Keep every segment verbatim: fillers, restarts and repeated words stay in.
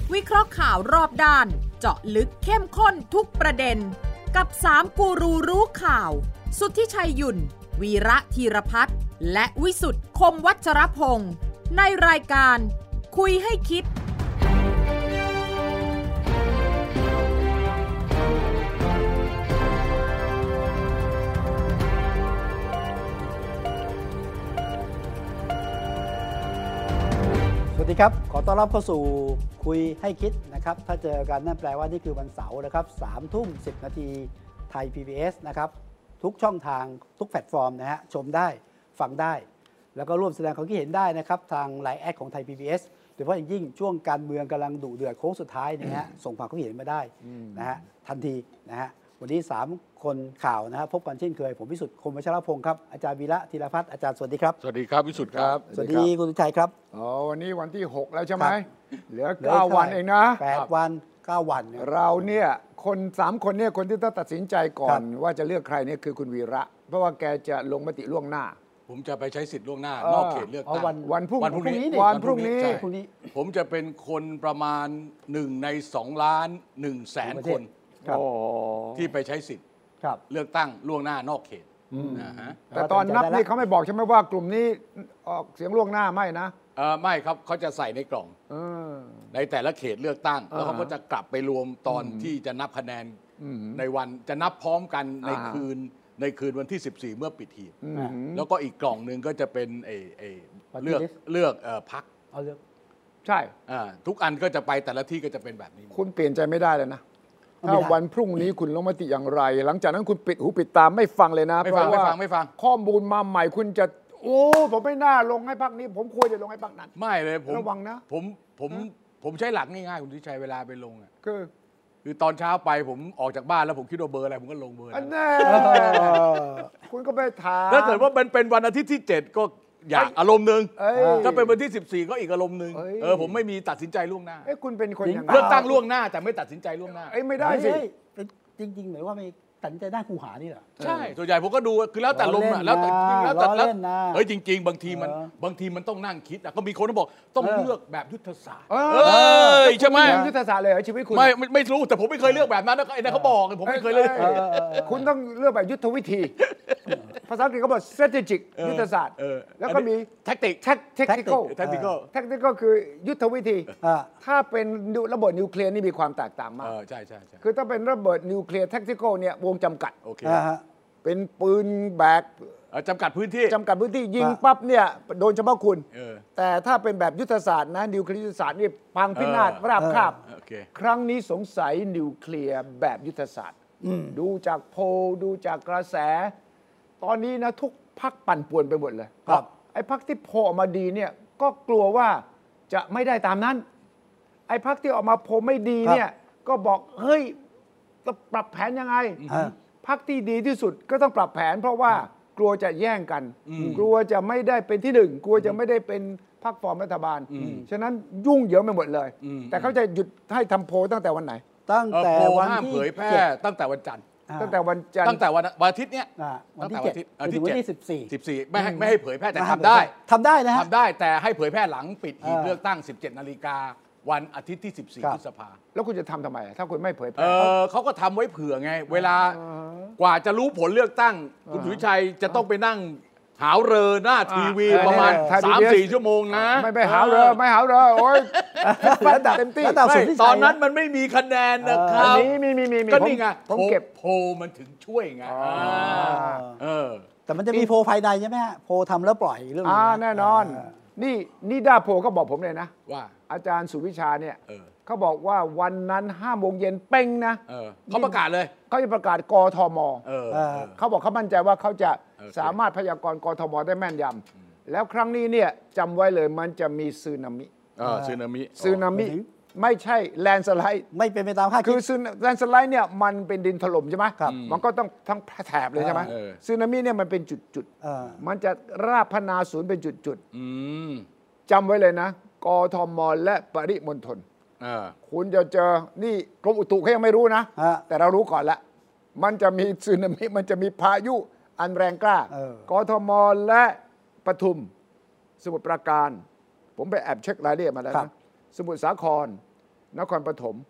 วิเคราะห์ข่าวรอบด้านเจาะลึกเข้มข้นทุกประเด็นกับสามกูรูรู้ข่าวสุทธิชัยหยุ่นวีระธีรพัฒน์และวิสุทธ์คมวัชรพงศ์ในรายการคุยให้คิดสวัสดีครับขอต้อนรับเข้าสู่คุยให้คิดนะครับถ้าเจอกันนั่นแปลว่านี่คือวันเสาร์นะครับสามทุ่มสิบนาทีไทย พี บี เอส นะครับทุกช่องทางทุกแพลตฟอร์มนะฮะชมได้ฟังได้แล้วก็ร่วมแสดงความคิดเห็นได้นะครับทางไลน์แอดของไทย พี บี เอส โดยเฉพาะอย่างยิ่งช่วงการเมืองกำลังดุเดือดโค้งสุดท้ายนะฮะส่งความคิดเห็นมาได้นะฮะทันทีนะฮะวันนี้สามคนข่าวนะฮะพบกันเช่นเคยผมวิสุทธ์คมวัชรพงศ์ครับอาจารย์วีระธีรพัฒน์อาจารย์สวัสดีครับสวัสดีครับวิสุทธ์ครับสวัสดีคุณสุชัยครับอ๋อวันนี้วันที่หกแล้วใช่ไหมเหลือเก้าวันเองนะแปดวันเก้าวันเราเนี่ยคนสามคนเนี่ยคนที่ต้องตัดสินใจก่อนว่าจะเลือกใครเนี่ยคือคุณวีระเพราะว่าแกจะลงมติล่วงหน้าผมจะไปใช้สิทธิ์ล่วงหน้านอกเขตเลือกตั้งวันพรุ่งวันพรุ่งนี้วันพรุ่งนี้ผมจะเป็นคนประมาณหนึ่งในสองล้านหนึ่งแสนคนที่ไปใช้สิทธิ์เลือกตั้งล่วงหน้านอกเขตนะฮะแต่ตอนนับนี่เขาไม่บอกใช่ไหมว่ากลุ่มนี้ออกเสียงล่วงหน้าไม่นะเออไม่ครับเขาจะใส่ในกล่องในแต่ละเขตเลือกตั้งแล้วเขาก็จะกลับไปรวมตอนที่จะนับคะแนนในวันจะนับพร้อมกันในคืนในคืนวันที่สิบสี่เมื่อปิดหีบแล้วก็อีกกล่องหนึ่งก็จะเป็นเอเอเลือกเลือกพรรคเอาเลือกใช่ทุกอันก็จะไปแต่ละที่ก็จะเป็นแบบนี้คุณเปลี่ยนใจไม่ได้เลยนะถ้าวันพรุ่งนี้คุณลงมติอย่างไรหลังจากนั้นคุณปิดหูปิดตาไม่ฟังเลยนะไม่ฟังไม่ฟังไม่ฟังข้อมูลมาใหม่คุณจะโอ้ผมไม่น่าลงให้พรรคนี้ผมควรจะลงให้พรรคนั้นไม่เลยผมระวังนะผมผมผมใช้หลักง่ายๆคุณที่ใช้เวลาไปลงอ่ะคือคือตอนเช้าไปผมออกจากบ้านแล้วผมคิดว่าเบอร์อะไรผมก็ลงเบอร์นั้นคุณก็ไปถามถ้าเกิดว่าเป็นเป็นวันอาทิตย์ที่เจ็ดก็อยากอารมณ์หนึ่งถ้าเป็นวันที่สิบสี่ก็อีกอารมณ์หนึ่งเออผมไม่มีตัดสินใจล่วงหน้าเอ้คุณเป็นคนอย่างเลือกตั้งล่วงหน้าแต่ไม่ตัดสินใจล่วงหน้าเอ้ไม่ได้สิจริงๆหมายว่าไม่ตัดสินใจได้คูหานี่แหละใช่ส่วนใหญ่ผมก็ดูคือแล้วแต่ลมอ่ะแล้วแต่แล้วแต่แล้วเฮ้ยจริงๆบางทีมันบางทีมันต้องนั่งคิดอ่ะก็มีคนที่บอกต้องเลือกแบบยุทธศาสตร์เออใช่ไหมยุทธศาสตร์เลยชีวิตคุณไม่ไม่รู้แต่ผมไม่เคยเลือกแบบนั้นนะไอ้นั่นเขาบอกผมไม่เคยเลือกคุณต้องเลือกแบบยุทธวิธีภาษาอังกฤษเขาบอก strategic ยุทธศาสตร์แล้วก็มี tactic tactical tactical tactical คือยุทธวิธีถ้าเป็นระเบิดนิวเคลียร์นี่มีความแตกต่างมากใช่ใช่คือถ้าเป็นระเบิดนิวเคลียร์ tactical เนี่ยวงจำกัดโอเคเป็นปืนแบกจำกัดพื้นที่จำกัดพื้นที่ยิงปั๊บเนี่ยโดนเฉพาะคุณแต่ถ้าเป็นแบบยุทธศาสตร์นะนิวเคลียร์ยุทธศาสตร์นี่พังพินาศราบคาบครั้งนี้สงสัยนิวเคลียร์แบบยุทธศาสตร์ดูจากโพลดูจากกระแสตอนนี้นะทุกพรรคปั่นป่วนไปหมดเลยครับไอ้พรรคที่โพลออกมาดีเนี่ยก็กลัวว่าจะไม่ได้ตามนั้นไอ้พรรคที่ออกมาโพลไม่ดีเนี่ยก็บอกเฮ้ยจะปรับแผนยังไงพรรคที่ดีที่สุดก็ต้องปรับแผนเพราะว่ากลัวจะแย่งกันกลัวจะไม่ได้เป็นที่หนึ่งกลัวจะไม่ได้เป็นพรรคฟอร์มรัฐบาลฉะนั้นยุ่งเหยิงไปหมดเลยแต่เขาจะหยุดให้ทำโพลตั้งแต่วันไหนตั้งแต่วันที่เผยแพร่ตั้งแต่วันจันทร์ตั้งแต่วันจันทร์ตั้งแต่วันวันอาทิตย์เนี้ยวันที่เจ็ดถึงวันที่สิบสี่สิบสี่ไม่ให้ไม่ให้เผยแพร่แต่ทำได้ทำได้นะทำได้แต่ให้เผยแพร่หลังปิดหีบเลือกตั้งสิบเจ็ดนาฬิกาวันอาทิตย์ที่สิบสี่พฤษภาแล้วคุณจะทำทำไมถ้าคุณไม่เผยแพร่เออเขาก็ทำไว้เผื่อไงเวลากว่าจะรู้ผลเลือกตั้งคุณสุวิชัยจะต้องไปนั่งหาวเรือหน้าทีวีประมาณ สามถึงสี่ ชั่วโมงนะไม่ไปหาวเรือไม่หาวเรือโอ๊ยเต็มที่ตอนนั้นมันไม่มีคะแนนนะครับมีมีมีมีก็นี่ไงผมเก็บโพมันถึงช่วยไงเออแต่มันจะมีโพภายในใช่ไหมฮะโพทำแล้วปล่อยเรื่องนี้แน่นอนนี่นี่ด้าโพก็บอกผมเลยนะว่าอาจารย์สุวิชาเนี่ยเขาบอกว่าวันนั้นห้าโมงเย็นเป้งนะเขาประกาศเลยเขาจะประกาศกทมเขาบอกเขามั่นใจว่าเขาจะสามารถพยากรณ์กทมได้แม่นยำแล้วครั้งนี้เนี่ยจำไว้เลยมันจะมีสึนามิสึนามิสึนามิไม่ใช่แลนด์สไลด์ไม่เป็นไปตามคาดคือแลนด์สไลด์เนี่ยมันเป็นดินถล่มใช่ไหมมันก็ต้องทั้งแถบเลยใช่ไหมสึนามิเนี่ยมันเป็นจุดๆมันจะราบพนาศูนย์เป็นจุดๆจำไว้เลยนะกทมและปริมณฑลคุณจะเจอนี่กรมอุตุเขายังไม่รู้นะแต่เรารู้ก่อนละมันจะมีสึนามิมันจะมีพายุอันแรงกล้ากทมและปทุมสมุทรปราการผมไปแอบเช็ครายละเอียดมาแล้วนะสมุทรสาครนครปฐม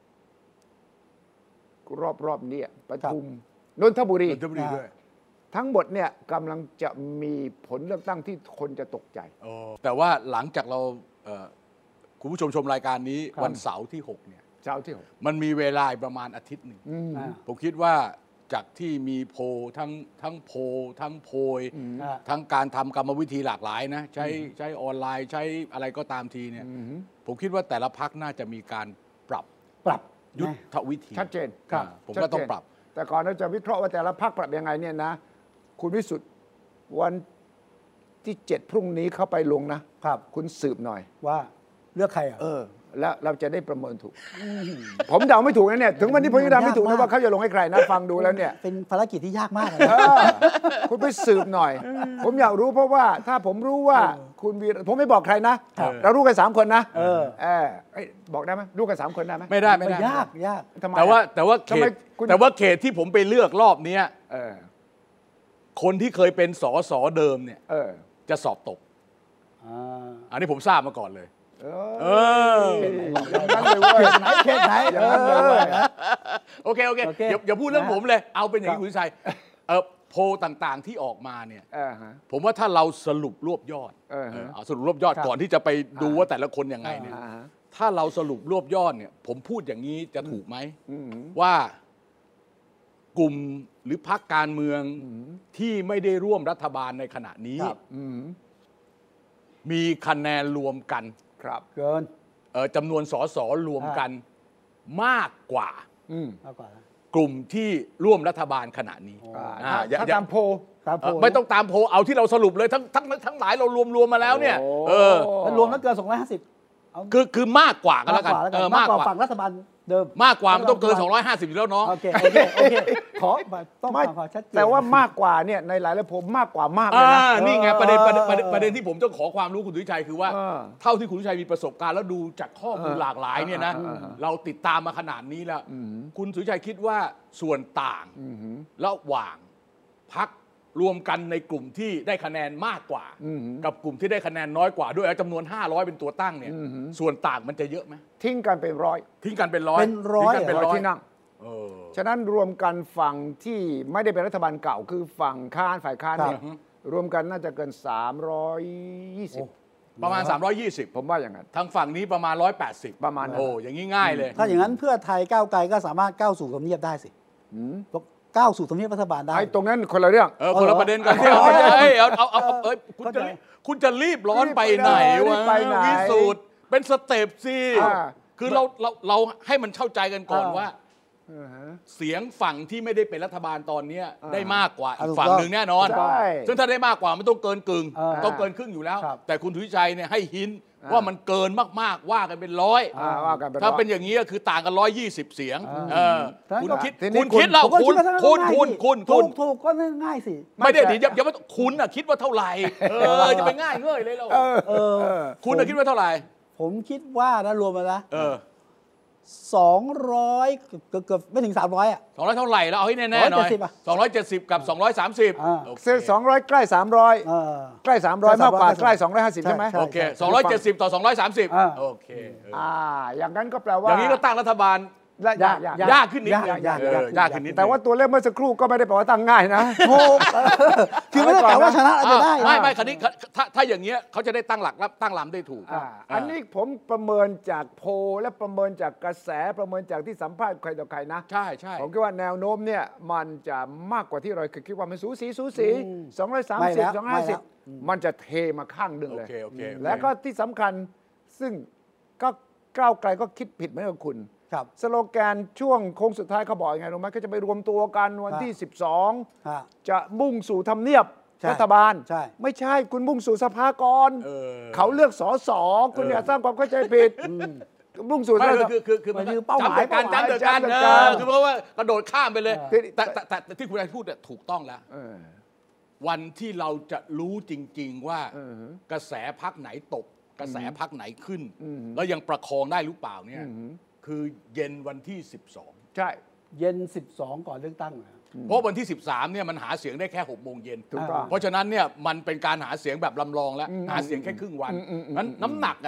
รอบรอบนี้ปทุมนนทบุรีนนทบุรีด้วยทั้งหมดเนี่ยกำลังจะมีผลเลือกตั้งที่คนจะตกใจแต่ว่าหลังจากเราเอ่อคุณผู้ชมชมรายการนี้วันเสาร์ที่หกเนี่ยเช้าที่หกมันมีเวลาประมาณอาทิตย์หนึ่งอืมอ่าผมคิดว่าจากที่มีโพลทั้งทั้งโพลทั้งโพยอ่าทั้งการทำกรรมวิธีหลากหลายนะใช้ใช้ออนไลน์ใช้อะไรก็ตามทีเนี่ยอืมผมคิดว่าแต่ละพักน่าจะมีการปรับปรับยุทนะธวิธีชัดเจนอ่าผมก็ต้องปรับแต่ก่อนเราจะวิเคราะห์ว่าแต่ละพรรคปรับยังไงเนี่ยนะคุณวิสุทธ์วันที่เจ็ดพรุ่งนี้เข้าไปลงนะครับ คุณสืบหน่อยว่าเลือกใครอ่ะเออ แล้วเราจะได้ประเมินถูก ผมเดาไม่ถูกนะเนี่ยถึงวันนี้ผมยังเดาไม่ถูกนะว่าเขาจะลงให้ใครนะฟังดูแล้วเนี่ยเป็นภารกิจที่ยากมากเลยเออคุณไปสืบหน่อย ผมอยากรู้เพราะว่าถ้าผมรู้ว่าคุณวีระผมไม่บอกใครนะ เรารู้กันสามคนนะเออเออเอ้ยบอกได้ไหมรู้กันสามคนได้ไหมไม่ได้ไม่มันได้ยากยากทำไมแต่ว่าแต่ว่าเขทำไมตคุณแต่ว่าเขตที่ผมไปเลือกรอบเนี้ยเออคนที่เคยเป็นสสเดิมเนี่ยเออจะสอบตกอ่าอันนี้ผมทราบมาก่อนเลยเอเออออย่างนั้นเลยเว้ยไหนเขตไหนอย่างนั้นเลยเว้ยโอเคโอเคโอเคอย่าอย่าพูดเรื่องนะผมเลย เอาเป็นอย่างครันี้บคุณชัยเออโพลต่างๆที่ออกมาเนี่ยเออฮะผมว่าถ้าเราสรุปรวบยอดเออฮะเออเอาสรุปรวบยอดครับก่อนที่จะไปดูว่าแต่ละคนยังไงเนี่ยอ่าฮะถ้าเราสรุปรวบยอดเนี่ย ผมพูดอย่างนี้จะถูกไหมอืมว่ากลุ่มหรือพรรคการเมืองที่ไม่ได้ร่วมรัฐบาลในขณะนี้ครับอืมมีคะแนนรวมกันครับเกินเอ่อจำนวนสสรวมกันมากกว่าอืมมากกว่านะกลุ่มที่ร่วมรัฐบาลขณะนี้อ่าอ่าถ้าอย่าถ้าอย่าตามโพลตามโพเอ่ลอไม่ต้องตามโพลเอาที่เราสรุปเลยทั้งทั้งทั้งหลายเรารวมรวมมาแล้วเนี่ยโอ้เออแล้วรวมแล้วเกินสองร้อยห้าสิบเอาคือคือมากกว่ากันมาแล้วกกันกว่าแล้วกัเอน อมามาก กกกว่าว่าฝั่งรัฐบาลเดิมมากกว่ามันต้องเกินสองร้อยห้าสิบอยู่แล้วเนาะโอเคโอเคโอเคขอต้องไม่ฟังความชัดเจนแต่ว่ามากกว่าเนี่ยในหลายๆโพลมากกว่ามากเลยอ่านะนี่ไงประเด็นประเด็นประเด็นเออประเด็นที่ผมต้องขอความรู้คุณสุวิชัยคือว่าเออเท่าที่คุณสุวิชัยมีประสบการณ์แล้วดูจากข้อมูลเออหลากหลายเนี่ยนะเออเออเออเราติดตามมาขนาดนี้แล้ว คุณสุวิชัยคิดว่าส่วนต่างอืมระหว่างพักรวมกันในกลุ่มที่ได้คะแนนมากกว่าอืมกับกลุ่มที่ได้คะแนนน้อยกว่าด้วยจำนวนห้าร้อยเป็นตัวตั้งเนี่ยอืมส่วนต่างมันจะเยอะไหมทิ้งกันเป็นร้อยทิ้งกันเป็นร้อยเป็นร้อยทิ้งกันเป็นร้อยร้อยที่นั่งเออฉะนั้นรวมกันฝั่งที่ไม่ได้เป็นรัฐบาลเก่าคือฝั่งค้านฝ่ายค้านเนี่ยครับรวมกันน่าจะเกินสามร้อยยี่สิบประมาณ สามร้อยยี่สิบผมว่าอย่างนั้นทางฝั่งนี้ประมาณหนึ่งร้อยแปดสิบประมาณนั้นโอ้อย่างนี้ง่ายเลยถ้าอย่างนั้นเพื่อไทยก้าวไกลก็สามารถก้าวสู่ทำเนียบได้สิอืมก้าวสู่ทำเนียบรัฐบาลได้ไอ้ตรงนั้นคนละเรื่องเออคนละประเด็นกันเออเอ้ยเอาเอาเอาเอาเอ้ยคุณเข้าจะใจคุณจะรีบร้อนไปไหนรีวะบไปไหนวิสูตรเป็นสเต็ปสิอ่าคือเราเราเราให้มันเข้าใจกันก่อนอ่าว่าอ่าฮะเสียงฝั่งที่ไม่ได้เป็นรัฐบาลตอนเนี้ยอ่าได้มากกว่าอีอ่าก ถูกฝั่งต้องหนึ่งแน่นอนใช่ซึ่งถ้าได้มากกว่ามันต้องเกินกึ่งอ่าต้องเกินครึ่งอยู่แล้วครับแต่คุณทุวิชัยเนี่ยให้หินอ่าว่ามันเกินมากๆว่ากันเป็นร้อยอ่าว่ากันเป็นถ้าร้อยเป็นอย่างนี้ก็คือต่างกันร้อยยี่สิบเสียงอ่าเออฉะนั้นคุณก็คิดทีนี้คุณคุณคิดแล้วผมก็คุณดว่าคุณง่ายคุณสิคุณถูคุณกถูกก็ง่ายสิไม่ได้ดิอย่าอย่าว่าคุณน่ะคิดว่าเท่าไหร่เออจะไปง่ายเง่อยเลยเราเออเออคุณน่ะคิดว่าเท่าไหร่ผมคิดว่านะรวมมาแล้วเออสองร้อยเกือบเกือบไม่ถึงสามร้อยอ่ะสองร้อยเท่าไหร่แล้วเอาให้แน่ๆหน่อยสองร้อยเจ็ดสิบอะสองร้อยเจ็ดสิบกับสองร้อยสามสิบอ่าโอเคเส้นสองร้อยใกล้สามร้อยเออใกล้สามร้อยมากกว่าใกใกล้ล้สามร้อยสองร้อยห้าสิบใช่ไหมใช่โอเคสองร้อยเจ็ดสิบต่อสองร้อยสามสิบอ่าโอเคเอออ่า อย่างนั้นก็แปลว่าอย่างนี้ก็ตั้งรัฐบาลและยากยากยากขึ้นนิดยากนึงยากเออยากขึ้นนิดนึงแต่ว่าตัวเลขเมื่อสักครู่ก็ไม่ได้แปลว่าตั้งง่ายนะถูกคือไม่ได้แปลว่าชนะอาจจะได้ไม่นะไม่คันนี้ถ้าถ้าอย่างเงี้ยเขาจะได้ตั้งหลักรับตั้งลำได้ถูกอ่าอันนี้ผมประเมินจากโพลและประเมินจากกระแสประเมินจากที่สัมภาษณ์ใครต่อใครนะใช่ใช่ผมคิดว่าแนวโน้มเนี่ยมันจะมากกว่าที่เราเคยคิดว่ามันสูสีสูสีอืมสองร้อยสามไม่สิบแล้วสองไม่ห้าแล้สิบวมันจะเทมาข้างหนึ่งโอเลยเคโอเคโอเคแล้วก็ที่สำคัญซึ่งก็ก้าวไกลก็คิดผิดเหมือนกับคุณครับสโลแกนช่วงโค้งสุดท้ายเขาบอกยังไงรู้ไหมก็จะไปรวมตัวกันวันที่ครับสิบสองฮะจะมุ่งสู่ทำเนียบใช่รัฐบาลใช่ไม่ใช่คุณมุ่งสู่สภาก่อนเออเขาเลือกสอสอคุณอย่าสร้างความเข้าใจผิดมุ่งสู่ไม่สภาคือคือคือมันมันคือเป้าหมายจำเดียวกันเป้าหมายจำเดียวกันจำเดีเอยวกันอคือเพราะว่ากระโดดข้ามไปเลยเออแต่แต่แต่แต่ที่คุณนายพูดเนี่ยถูกต้องแล้วเออวันที่เราจะรู้จริง ๆ ว่าเออกระแสพักไหนตก กระแสพักไหนขึ้นอืมแล้วยังประคองได้หรือเปล่าเนี่ยอืมคือเย็นวันที่สิบสองใช่เย็นสิบสองก่อนเลือกตั้งนะเพราะวันที่สิบสามเนี่ยมันหาเสียงได้แค่หกโมงเย็นถูกต้องเพราะฉะนั้นเนี่ยมันเป็นการหาเสียงแบบลำลองแล้วอืมหาเสียงแค่ครึ่งวันอืมอืมอืมนั้นน้ำหนักอ่ะ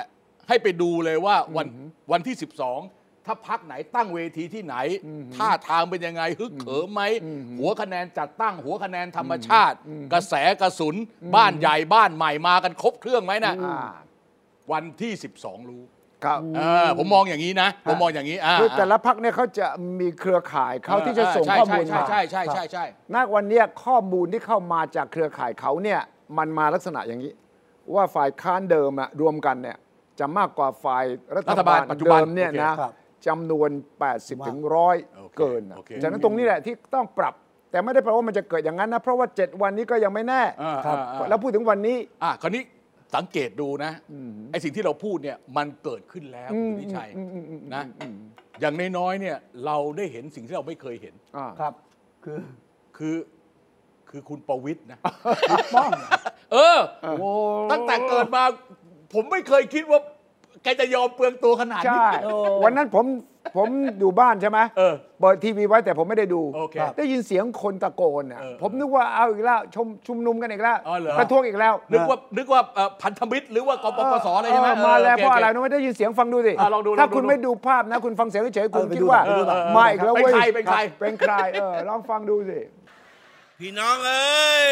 ให้ไปดูเลยว่าวันวันที่สิบสองถ้าพรรคไหนตั้งเวทีที่ไหนท่าทางเป็นยังไงฮึกเหิมไหมหัวคะแนนจัดตั้งหัวคะแนนธรรมชาติ กระแสกระสุนบ้านใหญ่บ้านใหม่มากันครบเครื่องไหมนะวันที่สิบสองรู้ครับผมมองอย่างนี้นะผมมองอย่างนี้คือแต่ละพรรคเนี่ยเขาจะมีเครือข่ายเขาที่จะส่งข้อมูลมาใช่ใช่ใช่ใช่ณวันนี้ข้อมูลที่เข้ามาจากเครือข่ายเขาเนี่ยมันมาลักษณะอย่างนี้ว่าฝ่ายค้านเดิมอะรวมกันเนี่ยจะมากกว่าฝ่ายรัฐบาลปัจจุบันเนี่ยนะจำนวน แปดสิบถึงหนึ่งร้อย เกินจากนั้นตรงนี้แหละที่ต้องปรับแต่ไม่ได้แปลว่ามันจะเกิดอย่างนั้นนะเพราะว่าเจ็ดวันนี้ก็ยังไม่แน่แล้วพูดถึงวันนี้อ่ะคราวนี้สังเกตดูนะไอ้สิ่งที่เราพูดเนี่ยมันเกิดขึ้นแล้วคุณวิชัยนะอย่างน้อยๆเนี่ยเราได้เห็นสิ่งที่เราไม่เคยเห็นครับคือคือคือคุณประวิตรนะป้องเออตั้งแต่เกิดมาผมไม่เคยคิดว่าแกจะยอมเปลืองตัวขนาดนี้วันนั้นผมผมอยู่บ้านใช่ไหมเปิดทีวีไว้แต่ผมไม่ได้ดูได้ยินเสียงคนตะโกนเนี่ยผมนึกว่าเอาอีกแล้วชมชุมนุมกันอีกแล้วประท้วงอีกแล้วนึกว่านึกว่าพันธมิตรหรือว่ากปปสอะไรใช่ไหมมาแล้วเพราะอะไรนึกว่าได้ยินเสียงฟังดูสิถ้าคุณไม่ดูภาพนะคุณฟังเสียงเฉยๆคุณคิดว่ามาอีกแล้วเว้ยเป็นใครเป็นใครเออลองฟังดูสิพี่น้องเอ้ย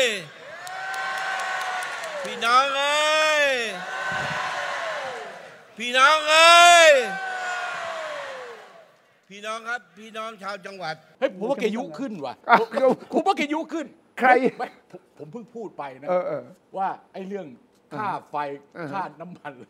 พี่น้องเอ้ยพี่น้องเอ้ยพี่น้องครับพี่น้องชาวจังหวัดเฮ้ยผมว่าแกยุขึ้นว่ะผมว่าแกยุขึ้นใครผมเพิ่งพูดไปนะว่าไอ้เรื่องค่าไฟค่าน้ำมันเลย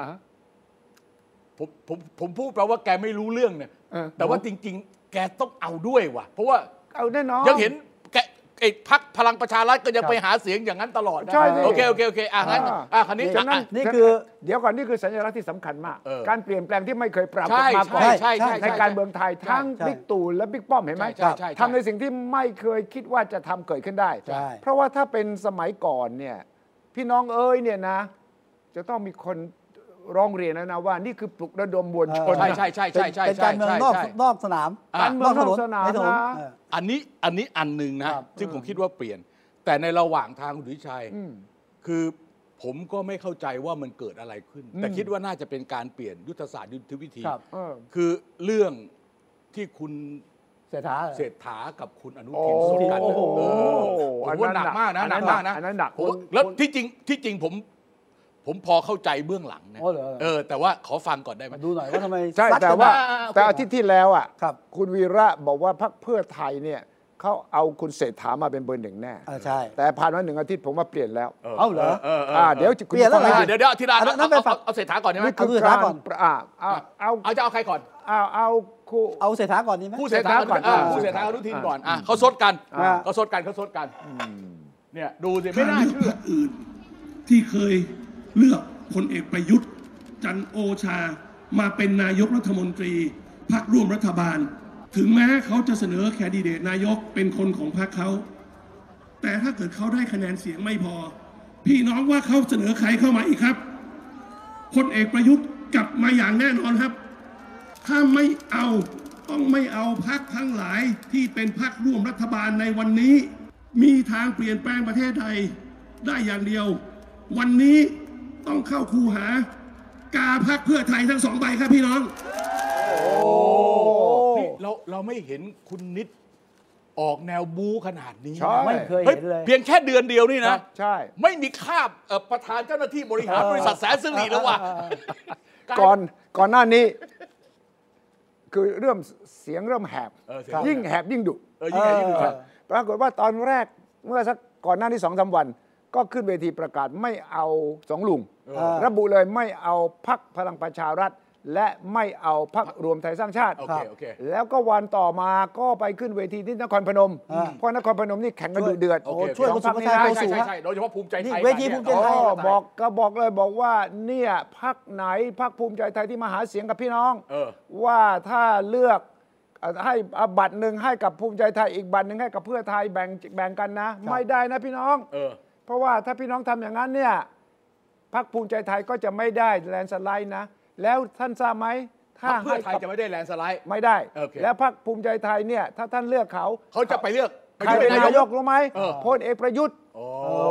ผมผมผมพูดแปลว่าแกไม่รู้เรื่องเนี่ยแต่ว่าจริงๆแกต้องเอาด้วยว่ะเพราะว่าเอาแน่นอนยังเห็นแกไอ้พรรคพลังประชารัฐก็ยังไปหาเสียงอย่างนั้นตลอดนะโอเคโอเคโอเคอ่ะงั้นอ่ะคันนี้นี่คือเดี๋ยวก่อนนี่คือสัญลักษณ์ที่สำคัญมากการเปลี่ยนแปลงที่ไม่เคยปรากฏมาก่อนในการเมืองไทยทั้งบิ๊กตู่และบิ๊กป้อมเห็นไหมทำในสิ่งที่ไม่เคยคิดว่าจะทำเกิดขึ้นได้เพราะว่าถ้าเป็นสมัยก่อนเนี่ยพี่น้องเอ้ยเนี่ยนะจะต้องมีคนร้องเรียนนะนะว่านี่คือปลุกระดมมวลชนใช่ใช่ใช่ใช่ใช่เป็นการเมืองนอกนอกสนามการเมืองนอกสนามนะอันนี้อันนี้อันหนึ่งนะซึ่งผมคิดว่าเปลี่ยนแต่ในระหว่างทางคุณวิชัยคือผมก็ไม่เข้าใจว่ามันเกิดอะไรขึ้นแต่คิดว่าน่าจะเป็นการเปลี่ยนยุทธศาสตร์ยุทธวิธีคือเรื่องที่คุณเศรษฐาเศรษฐากับคุณอนุทินสนกันโอ้โหหนักมากนะหนักมากนะอันนั้นหนักแล้วที่จริงที่จริงผมผมพอเข้าใจเบื้องหลังนะเออแต่ว่าขอฟังก่อนได้ไหมดูหน่อยว่าทำไมใช่แต่ว่าแต่อาทิตย์ที่แล้วอ่ะคุณวีระบอกว่าพรรคเพื่อไทยเนี่ยเขาเอาคุณเศรษฐามาเป็นเบอร์หนึ่งแน่ใช่แต่ผ่านมาหนึ่งอาทิตย์ผมว่าเปลี่ยนแล้วเอ้าเหรอเดี๋ยวเปลี่ยนแล้วเดี๋ยวเดี๋ยวทีละนั่นเป็นเอาเศรษฐาก่อนใช่ไหมเอาเศรษฐาก่อนเอาเอาเอาจะเอาใครก่อนเอาเอาคู่เอาเศรษฐาก่อนนี่ไหมคู่เศรษฐาก่อนคู่เศรษฐาอนุทินก่อนอ่ะเขาซดกันเขาซดกันเขาซดกันเนี่ยดูสิไม่น่าเชื่ออื่นที่เคยเลือกพลเอกประยุทธ์จันทร์โอชามาเป็นนายกรัฐมนตรีพรรคร่วมรัฐบาลถึงแม้เขาจะเสนอแคนดิเดตนายกเป็นคนของพรรคเขาแต่ถ้าเกิดเขาได้คะแนนเสียงไม่พอพี่น้องว่าเขาเสนอใครเข้ามาอีกครับพลเอกประยุทธ์กลับมาอย่างแน่นอนครับถ้าไม่เอาต้องไม่เอาพรรคทั้งหลายที่เป็นพรรคร่วมรัฐบาลในวันนี้มีทางเปลี่ยนแปลงประเทศไทยได้อย่างเดียววันนี้ต้องเข้าคูหากาพรรคเพื่อไทยทั้งสองใบครับพี่น้องโอ้นี่เราเราไม่เห็นคุณนิดออกแนวบู๊ขนาดนี้ไม่เคยเห็นเลยเพียงแค่เดือนเดียวนี่นะใช่ไม่มีคาบประธานเจ้าหน้าที่บริหารบริษัทแสนสิริแล้วว่ะก่อนก่อนหน้านี้คือเริ่มเสียงเริ่มแหบยิ่งแหบยิ่งดุปรากฏว่าตอนแรกเมื่อสักก่อนหน้านี้สองสามวันก็ขึ้นเวทีประกาศไม่เอาสองลุงระบุเลยไม่เอาพรรคพลังประชารัฐและไม่เอาพรรครวมไทยสร้างชาติแล้วก็วันต่อมาก็ไปขึ้นเวทีที่นครพนมเพราะนครพนมนี่แข่งกันดุเดือดช่วยคนสุขใจใช่ใช่ใช่โดยเฉพาะภูมิใจไทยเวทีภูมิใจไทยบอกก็บอกเลยบอกว่าเนี่ยพรรคไหนพรรคภูมิใจไทยที่มาหาเสียงกับพี่น้องว่าถ้าเลือกให้บัตรหนึ่งให้กับภูมิใจไทยอีกบัตรหนึ่งให้กับเพื่อไทยแบ่งแบ่งกันนะไม่ได้นะพี่น้องเพราะว่าถ้าพี่น้องทำอย่างนั้นเนี่ยพรรคภูมิใจไทยก็จะไม่ได้แลนด์สไลด์นะแล้วท่านทราบไหมถ้าเพื่อไทยจะไม่ได้แลนด์สไลด์ไม่ได้แล้วพรรคภูมิใจไทยเนี่ยถ้าท่านเลือกเขาเขาจะไปเลือกใครเป็นนายกรู้ไหมพลเอกประยุทธ์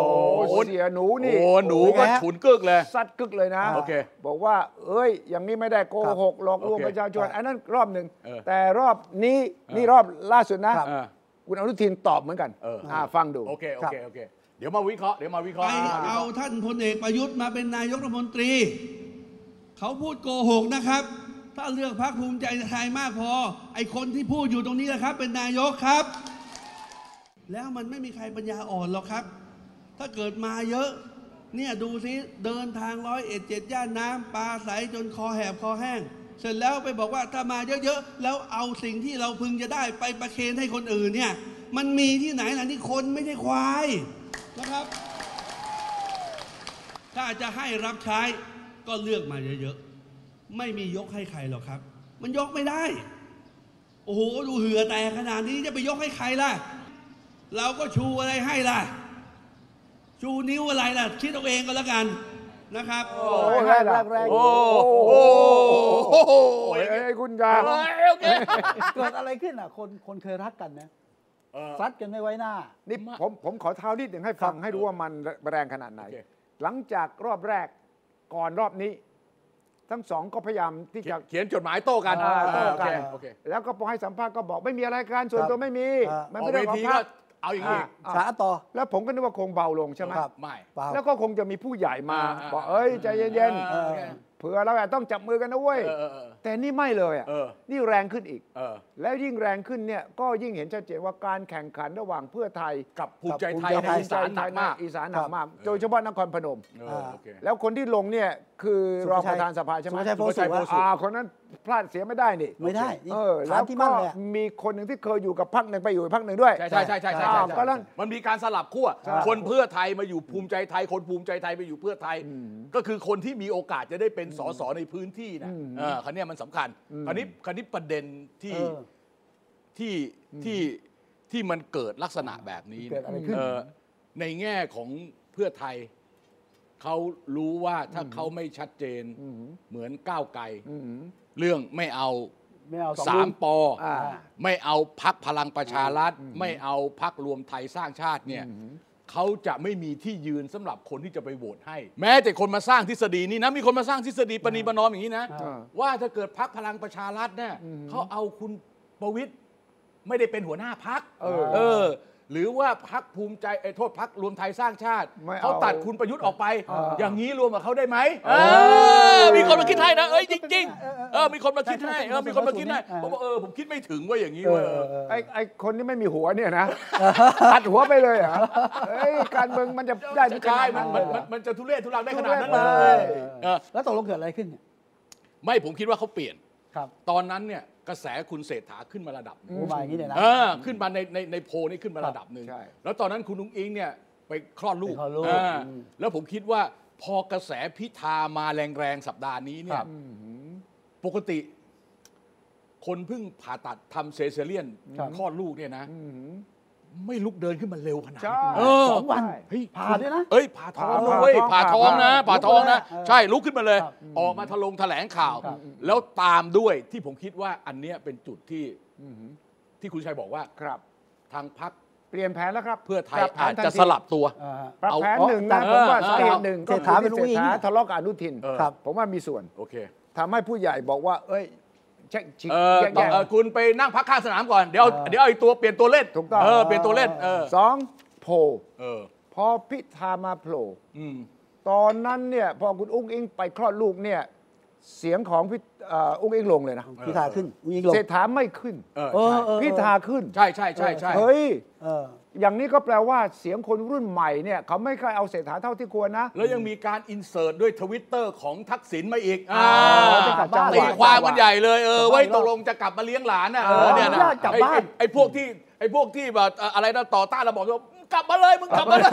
เสียหนูนี่โอ้หนูก็ฉุนกึกเลยซัดกึกเลยนะโอเคบอกว่าเอ้ยอย่างนี้ไม่ได้โกหกหลอกลวงโอเคประชาชนอันนั้นรอบหนึ่งเออแต่รอบนี้นี่รอบล่าสุดนะเออคุณอนุทินตอบเหมือนกันเอออ่าฟังดูโอเคโอเคโอเคเดี๋ยวมาวิเคราะห์เดี๋ยวมาวิเคราะไปห์เอาท่านพลเอกประยุทธ์มาเป็นนายกรัฐมนตรี เขาพูดโกหกนะครับ ถ้าเลือกพรรคภูมิใจไทยมากพอ ไอคนที่พูดอยู่ตรงนี้แหละครับ เป็นนายกครับ แล้วมันไม่มีใครปัญญาอ่อนหรอกครับ ถ้าเกิดมาเยอะ เนี่ยดูสิเดินทางร้อยเอ็ดเจ็ดย่านน้ำปลาใสจนคอแหบคอแห้ง เสร็จแล้วไปบอกว่าถ้ามาเยอะๆแล้วเอาสิ่งที่เราพึงจะได้ไปประเคนให้คนอื่นเนี่ยมันมีที่ไหนล่ะนี่คนไม่ใช่ควายนะครับ ถ้าจะให้รับใช้ก็เลือกมาเยอะๆไม่มียกให้ใครหรอกครับ มันยกไม่ได้ โอ้โหดูเหือแตกขนาดนี้จะไปยกให้ใครล่ะเราก็ชูอะไรให้ล่ะชูนิ้วอะไรล่ะคิดเอาเองก็แล้วกันนะครับโอ้แรงแรงแรงโอ้โหโอ้ยไอ้คุณยาโอเคเกิดอะไรขึ้นอ่ะคนคนเคยรักกันนะซัดกันไม่ไว้หน้านี่ผมผมขอเท้านิดหนึ่งให้ฟังให้รู้ว่ามันแรงขนาดไหนโอเคหลังจากรอบแรกก่อนรอบนี้ ทั้งสองก็พยายามที่จะเขียนจดหมายโต้กันอ่าโต้โอกัเคน โอเคแล้วก็พอให้สัมภาษณ์ก็บอกไม่มีอะไรการส่วนตัวไม่มีอ่ามันออไม่กได้เวของทีพรก็รคเอาอย่างอ่านี้ช้าต่อแล้วผมก็นึกว่าคงเบาลงใช่ไหมครับไม่เปล่าแล้วก็คงจะมีผู้ใหญ่มาอ่าบอกเอ้ยใจเย็นเออๆเผื่อเราต้องจับมือกันนะเว้ยเออเออเออแต่นี่ไม่เลยอ่ะเออนี่แรงขึ้นอีกเออแล้วยิ่งแรงขึ้นเนี่ยก็ยิ่งเห็นชัดเจนว่าการแข่งขันระหว่างเพื่อไทยกับภูมิใจไทยกับภูมิใจไทยในอีสานหนักมากอีสานหนักมาก โดยเฉพาะนครพนมเออโอเคแล้วคนที่ลงเนี่ยคือรองประธานสภาใช่ไหมสุภาชัยโพสุสุภาชัยโพสุอ่าคนนั้นพลาดเสียไม่ได้นี่ไม่ได้นี่เออฐาแล้นวที่ก็มั่นเลยอะมีคนหนึ่งที่เคยอยู่กับพรรคหนึ่งไปอยู่อีกพรรคหนึ่งด้วยใช่ใช่ใช่ใช่ใช่อ่าใช่ก็แล้วมันมีการสลับขั้วใช่คนเพื่อไทยมาอยู่ภูมิใจไทย คนภูมิใจไทยไปอยู่เพื่อไทย ก็คือคนที่มีโอกาสจะได้เป็นสสในพื้นที่นะเออคันนี้มันสำคัญคันนี้คันนี้ประเด็นที่เออที่ที่ที่มันเกิดลักษณะแบบนี้เกิดอะไรขึ้นเอ่อในแง่ของเพื่อไทยเขารู้ว่าถ้าเขาไม่ชัดเจนเหมือนก้าวไกลเรื่องไม่เอาไม่เอาสองสาลุมงปออ่าไม่เอาพักพลังประชารัฐ ไม่เอาพักรวมไทยสร้างชาติเนี่ยเขาจะไม่มีที่ยืนสำหรับคนที่จะไปโหวตให้ แม้แต่คนมาสร้างทฤษฎีนี้นะมีคนมาสร้างทฤษฎีปณีประนอมอย่างนี้นะอ่าว่าถ้าเกิดพักพลังประชารัฐเนี่ยเขาเอาคุณประวิตรไม่ได้เป็นหัวหน้าพักเออเออ หรือว่าพักภูมิใจไอ้โทษพักรวมไทยสร้างชาติไม่เอาเขาตัดคุณประยุทธ์ออกไปอ่าอย่างนี้รวมกับเขาได้ไหมเออมีคนมาคิดให้นะเอ้ยจริงๆเออมีคนมาคิดให้เออมีคนมาคิดให้ผมบอกเออผมคิดไม่ถึงว่าอย่างนี้เอเว้ยอเออเออไอ้ไอ้คนที่ไม่มีหัวเนี่ยนะ ตัดหัวไปเลยเหรอเฮ้ยการเมืองมันจะได้ถึงขใช่นาดมันั้น นมันมันมันจะทุเรศทุรังได้ขนาดนั้นทุเลเรศเลย ยเออแล้วตกลงเกิดอะไรขึ้นเนี่ยไม่ผมคิดว่าเขาเปลี่ยนครับตอนนั้นเนี่ยกระแสคุณเศรษฐาขึ้นมาระดับหนึ่งโอ้มาอย่างนี้เลยนะเออขึ้นมาในในในโพลนี่ขึ้นมาระดับหนึ่งใช่แล้วตอนนั้นคุณนุ้งอิงเนี่ยไปคลอดลูกไปคลอดลูกอ่าอืมแล้วผมคิดว่าพอกระแสพิธามาแรงๆสัปดาห์นี้เนี่ครัยบปกติ คนเพิ่งผ่าตัดทำเซเซเรียนครับคลอดลูกเนี่ยนะ ไม่ลุกเดินขึ้นมาเร็วขนาดใช่นี้เออสองวันเฮ้ยผ่าด้วยนะเอ้ยผ่าท้องผ่าด้วยท้องผ่าท้องนะผ่าผ่าท้องนะลุกเลยนะใช่ลุกขึ้นมาเลยครับออกมาทะลงแถลงข่าวครับแล้วตามด้วยที่ผมคิดว่าอันเนี้ยเป็นจุดที่ที่คุณชัยบอกว่าครับทางพรรคเปลี่ยนแผนแล้วครับเพื่อไทยปรับแผอาน จทันจะทีสลับตัวอ่าฮะปรับเอาแผนหนึ่งแต่นะผมว่าเออสาเหตุหนึ่งเศรก็ษคืฐาอเป็นที่อุ้เศรง ษฐาอิงทะเลาะกับอนุทินเออครับผมว่ามีส่วนโอเคทำให้ผู้ใหญ่บอกว่า เอ้ยเช็คชิงเออแยกต่อแยะเออคุณไปนั่งพักข้างสนามก่อนเดี๋ยวเออเดี๋ยวเอาอีกตัวเปลี่ยนตัวเล่นถูกต้องเออเปลี่ยนตัวเล่นเออสองโผล่เออพอพิธามาโผล่อืมตอนนั้นเนี่ยพอคุณอุ้งอิงไปคลอดลูกเนี่ยเสียงของพิเอ่ออุ้งอิงลงเลยนะพิธาขึ้นอุ้งอิงลงเศรษฐาไม่ขึ้นเออเออใช่เออพิธาขึ้นใช่ใช่ใช่ใช่เฮ้ยเอออย่างนี้ก็แปลว่าเสียงคนรุ่นใหม่เนี่ยเขาไม่ค่อยเอาเศรษฐาเท่าที่ควรนะแล้วยังมีการอินเสิร์ตด้วยทวิตเตอร์ของทักษิณมาอีกอ๋อจะกลับบ้านตีความมันใหญ่เลยเออไว้ตกลงจะกลับมาเลี้ยงหลานนะเออเนี่ยนะญาติกลับไอ้บ้านไอ้ไอ้พวกที่ไอ้พวกที่แบบเอ่ออะไรนะต่อต้านระบอบว่ากลับมาเลยมึงกลับมาเลย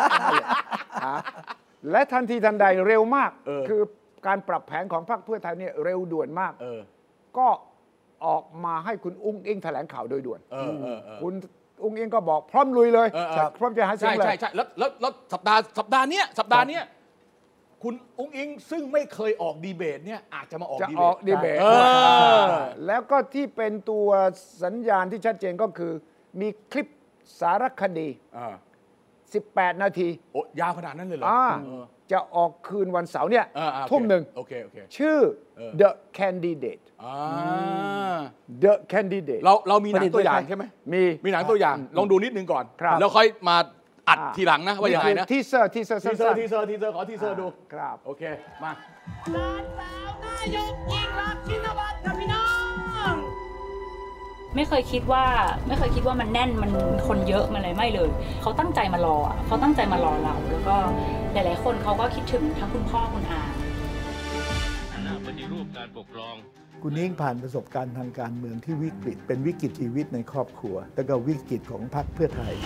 และทันทีทันใดเร็วมากเออคือการปรับแผนของพรรคเพื่อไทยเนี่ยเร็วด่วนมากเออก็ออกมาให้คุณอุ้งอิงแถลงข่าวโดยด่วนเออเออเออคุณอุ้งอิงก็บอกพร้อมลุยเลยเออเออครับพร้อมจะหาเสียใช่งเลยใช่ใช่แล้วแล้วแล้วสัปดาห์สัปดาห์เนี้ยสัปดาห์เนี้ยคุณอุ้งอิงซึ่งไม่เคยออกดีเบตเนี่ยอาจจะมาออกจะดีอเบอก ตดีเบตเออแล้วก็ที่เป็นตัวสัญญาณที่ชัดเจนก็คือ มีคลิปสารคดีอ่าสิบแปดนาทีโอ้ยาวขนาดนั้นเลยเหรออ่าจะออกคืนวันเสาร์เนี่ยอ่าๆทุ่มหนึ่งโอเคโอเคชื่อเออ The Candidate อ่า The Candidate เราเรามีหนังตัวอย่างใช่ไหมมีมีหนังตัวอย่างลองดูนิดนึงก่อนครับแล้วค่อยมาอัดอ่าทีหลังนะว่าอย่างไรนะทีเซอร์ทีเซอร์ทีเซอร์ทีเซอร์ทีเซอร์ขอทีเซอร์ดูครับโอเคมาหลานสาวนายกยิ่งรักษณ์ชินวัตรค่ะพี่น้องไม่เคยคิดว่าไม่เคยคิดว่ามันแน่นมันคนเยอะมันอะไรไม่เลยเขาตั้งใจมารออ่ะเขาตั้งใจมารอเราแล้วก็หลายๆคนเขาก็คิดถึงทั้งคุณพ่อคุณอาคณะปฏิรูปการปกครองคุณนิ้งผ่านประสบการณ์ทางการเมืองที่วิกฤตเป็นวิกฤตชีวิตในครอบครัวแล้วก็วิกฤตของพรรคเพื่อไทย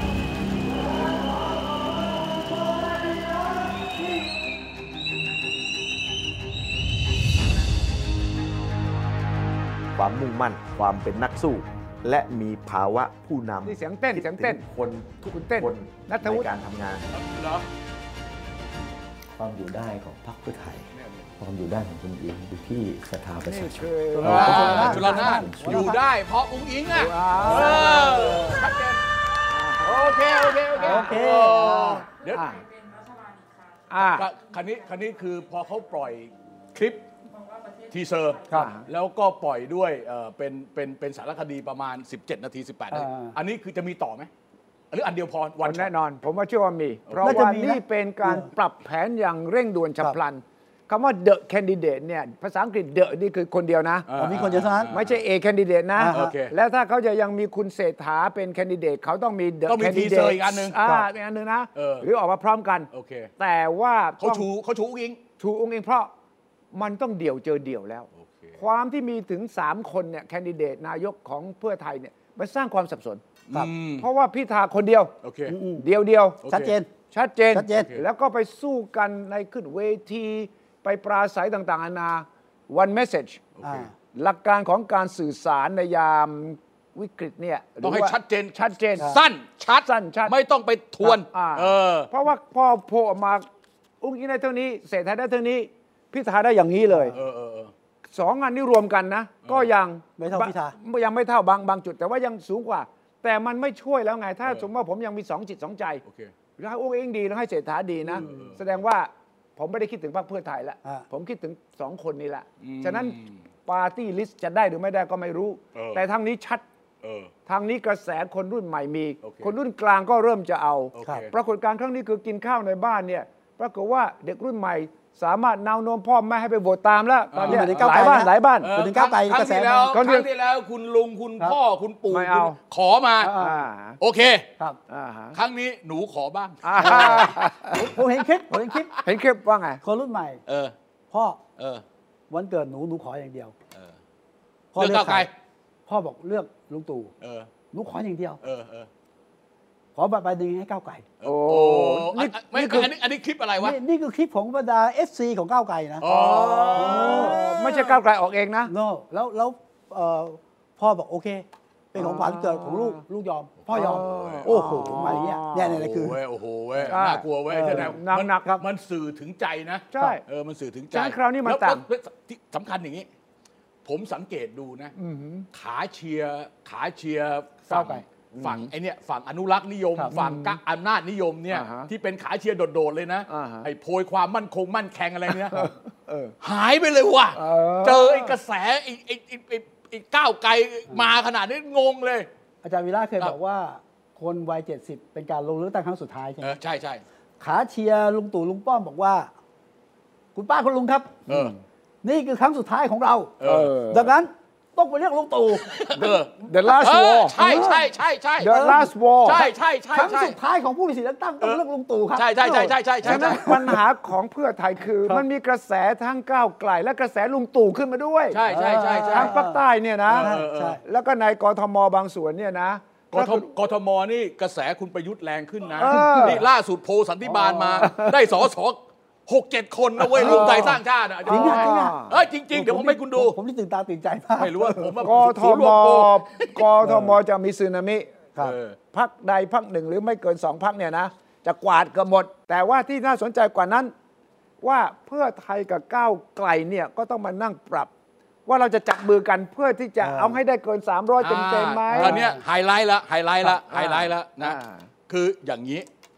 ความมุ่งมั่นความเป็นนักสู้และมีภาวะผู้นำนี่เสียงเต้นเสียงเต้นคนทุกคุณเต้นคนณัฐวุฒิในการทำงานเหรอความอยู่ได้ของพรรคเพื่อไทยความอยู่ได้ของคุณอิงอยู่ที่ศรัทธาประชาชนจุลนาถอยู่ได้เพราะอุ้งอิงอ่ะเออชัดเจนโอเคโอเคโอเคโอเคเดี๋ยวอ่าคันนี้คันนี้คือพอเขาปล่อยคลิปทีเซอร์ครับแล้วก็ปล่อยด้วยเอ่อเป็นเป็นเป็นสารคดีประมาณสิบเจ็ดนาทีสิบแปดนาทีอ่าอันนี้คือจะมีต่อไหมหรืออันเดียวพอวันแน่นอน ผมว่าเชื่อว่ามี เพราะน่าจะว่ามีนะนี่เป็นการปรับแผนอย่างเร่งด่วนฉับพลันคำว่า The Candidate เนี่ยภาษาอังกฤษ The นี่คือคนเดียวนะมีคนเดียวเท่านั้นไม่ใช่ A Candidate นะอ่าโอเคแล้วถ้าเขาจะยังมีคุณเศรษฐาเป็น Candidate เขาต้องมี The ต้องมี Candidate teaser อีกอันหนึ่งอ่าครับเป็นอันหนึ่งนะเออหรือออกมาพร้อมกันโอเคแต่ว่าเขาต้องชูเขาชูอุ้งอิงชูองค์เองเพราะมันต้องเดี่ยวเจอเดี่ยวแล้วโอเคความที่มีถึงสามคนเนี่ยแคนดิเดตนายกของเพื่อไทยเนี่ยมันสร้างความสับสนครับอืมเพราะว่าพิธาคนเดียวโอเคอืมเดียวเดียวโอเคชัดเจนชัดเจนชัดเจนแล้วก็ไปสู้กันในขึ้นเวทีไปปราศัยต่างๆนานา one message โอเคอ่าหลักการของการสื่อสารในยามวิกฤตเนี่ยต้องให้รือว่าชัดเจนชัดเจนสั้นชัดสั้นชัดไม่ต้องไปทวนอ่าเออเพราะว่าพอโผล่ออกมาอุ้งอิงได้เท่านี้เศรษฐาได้เท่านี้พิธาได้อย่างนี้เลยเออเออเออสองอันนี้รวมกันนะ ก็ยังไม่เท่าพิธายังไม่เท่าบางบางจุด แต่ว่ายังสูงกว่า แต่มันไม่ช่วยแล้วไง ถ้าเออสมมติว่าผมยังมีสองจิตสองใจโอเคแล้วให้อุ้งอิงดีแล้วให้เศรษฐาดีนะ แสดงว่าผมไม่ได้คิดถึงพรรคเพื่อไทยแล้วอ่าผมคิดถึงสองคนนี้แหละอืมฉะนั้นปาร์ตี้ลิสต์จะได้หรือไม่ได้ก็ไม่รู้เออแต่ทางนี้ชัดเออทางนี้กระแสคนรุ่นใหม่มีโอเคคนรุ่นกลางก็เริ่มจะเอาโอเคปรากฏการณ์ครั้งนี้คือกินข้าวในบ้านเนี่ยปรากฏว่าเด็กรุ่นใหม่ สามารถนาวโน้มพ่อแม่ให้ไปโหวตตามแล้วตอนนี้อ่าหลายบ้านหลายบ้านเออเป็นก้าวไกลครั้กงระแสที่แล้วมาครั้งที่แล้วคุณลุงคุณพ่อคุณปู่ไม่เอาคุณขอมาอ่าโอเคครับอ่าฮะครั้งนี้หนูขอบ้างอ่าผมเห็นคลิปผมเห็นคลิปเห็นคลิปว่าไงคนรุ่นใหม่เออพ่อเออวันเกิดหนูหนูขออย่างเดียวเออพ่อเลือกก้าวไกลใครพ่อบอกเลือกลุงตู่เออหนูขออย่างเดียวเออเออขอบัตรใบหนึ่งให้ก้าวไกลโอ้โอ้นี่อันไม่นี่คืออันนี้อันนี้คลิปอะไรวะนี่นี่คือคลิปของบรรดา เอฟ ซี ของก้าวไกลนะอ๋อไม่ใช่ก้าวไกลออกเองนะโน่แล้วแล้วเอ่อพ่อบอกโอเค เป็นของขวัญเกิดของลูกลูกยอม พ่อยอม โอ้โหมาอย่างเงี้ยเนี่ยเนี่ยคือโอ้โหเว้ยโอ้โหเว้ยอ่าน่ากลัวเว้ยเออแสดงหนักมัหนักครับมันสื่อถึงใจนะใช่เออมันสื่อถึงใจฉะนั้นคราวนี้มันแล้วต่างแล้วที่สำคัญอย่างนี้ ผมสังเกตดูนะ ขาเชียร์ขาเชียร์ฝั่งก้าวไกลฝั่งไอเนี่ยฝั่งอนุรักษ์นิยมครับฝั่งกะอำนาจนิยมเนี่ยอ่าฮะที่เป็นขาเชียร์โดดๆเลยนะอ่าฮะไอ้โพยความมั่นคงมั่นแข็งอะไรเนี่ยเออหายไปเลยว่ะเออเจอไอ้กระแสไอ้ไอ้ไอ้ไอ้ไอ้ก้าวไกลมาขนาดนี้งงเลยอาจารย์วีระเคยครับบอกว่าคนวัยเจ็ดสิบเป็นการลงเลือกตั้งครั้งสุดท้ายใช่ไหเอมอใช่ใช่ขาเชียร์ลุงตู่ลุงป้อมบอกว่า คุณป้าคุณลุงครับเออนี่คือครั้งสุดท้ายของเราเออดังนั้นต้องไปเรียกลุงตู่เออ The last เออ war ใช่ใช่ใช่ใช่ The last war ใช่ใช่ใช่ครั้งใช่สุดท้ายของผู้มีสิทธิ์เลือกตั้งต้องเลือกลุงตู่ครับใช่ใช่ใช่ใช่ใช่ใช่ฉะนั้นปัญหาของเพื่อไทยคือ มันมีกระแสทั้งก้าวไกลและกระแสลุงตู่ขึ้นมาด้วยใช่ใช่ใช่ใช่ทางภาคใต้เนี่ยนะเออเออใช่แล้วก็ในกทมบางส่วนเนี่ยนะกทมกทมนี่กระแสคุณประยุทธ์แรงขึ้นนะเออนี่ล่าสุดโพลสันติบาลมา ได้สอสอหกเจ็ดคนนะเว้ยรวมไทยสร้างชาติอ่ะจริงอ่ะจริงอ่ะเอ้ยจริง ๆ เดี๋ยวผมให้คุณดูผมนี่ตื่นตาตื่นใจมากไม่รู้ว่าผมว่ากทศูนย์มรวมโพลกทมจะมีสึนามิครับเออพักใดพักหนึ่งหรือไม่เกินสองพักเนี่ยนะ จะกวาดเกือบหมด แต่ว่าที่น่าสนใจกว่านั้น ว่าเพื่อไทยกับก้าวไกลเนี่ยก็ต้องมานั่งปรับ ว่าเราจะจับมือกันเพื่อที่จะเออเอาให้ได้เกิน สามร้อยเต็มๆไหมตอนเนี้ยไฮไลท์ละไฮไลท์ละไฮไลท์ละนะอ่าคืออย่างนี้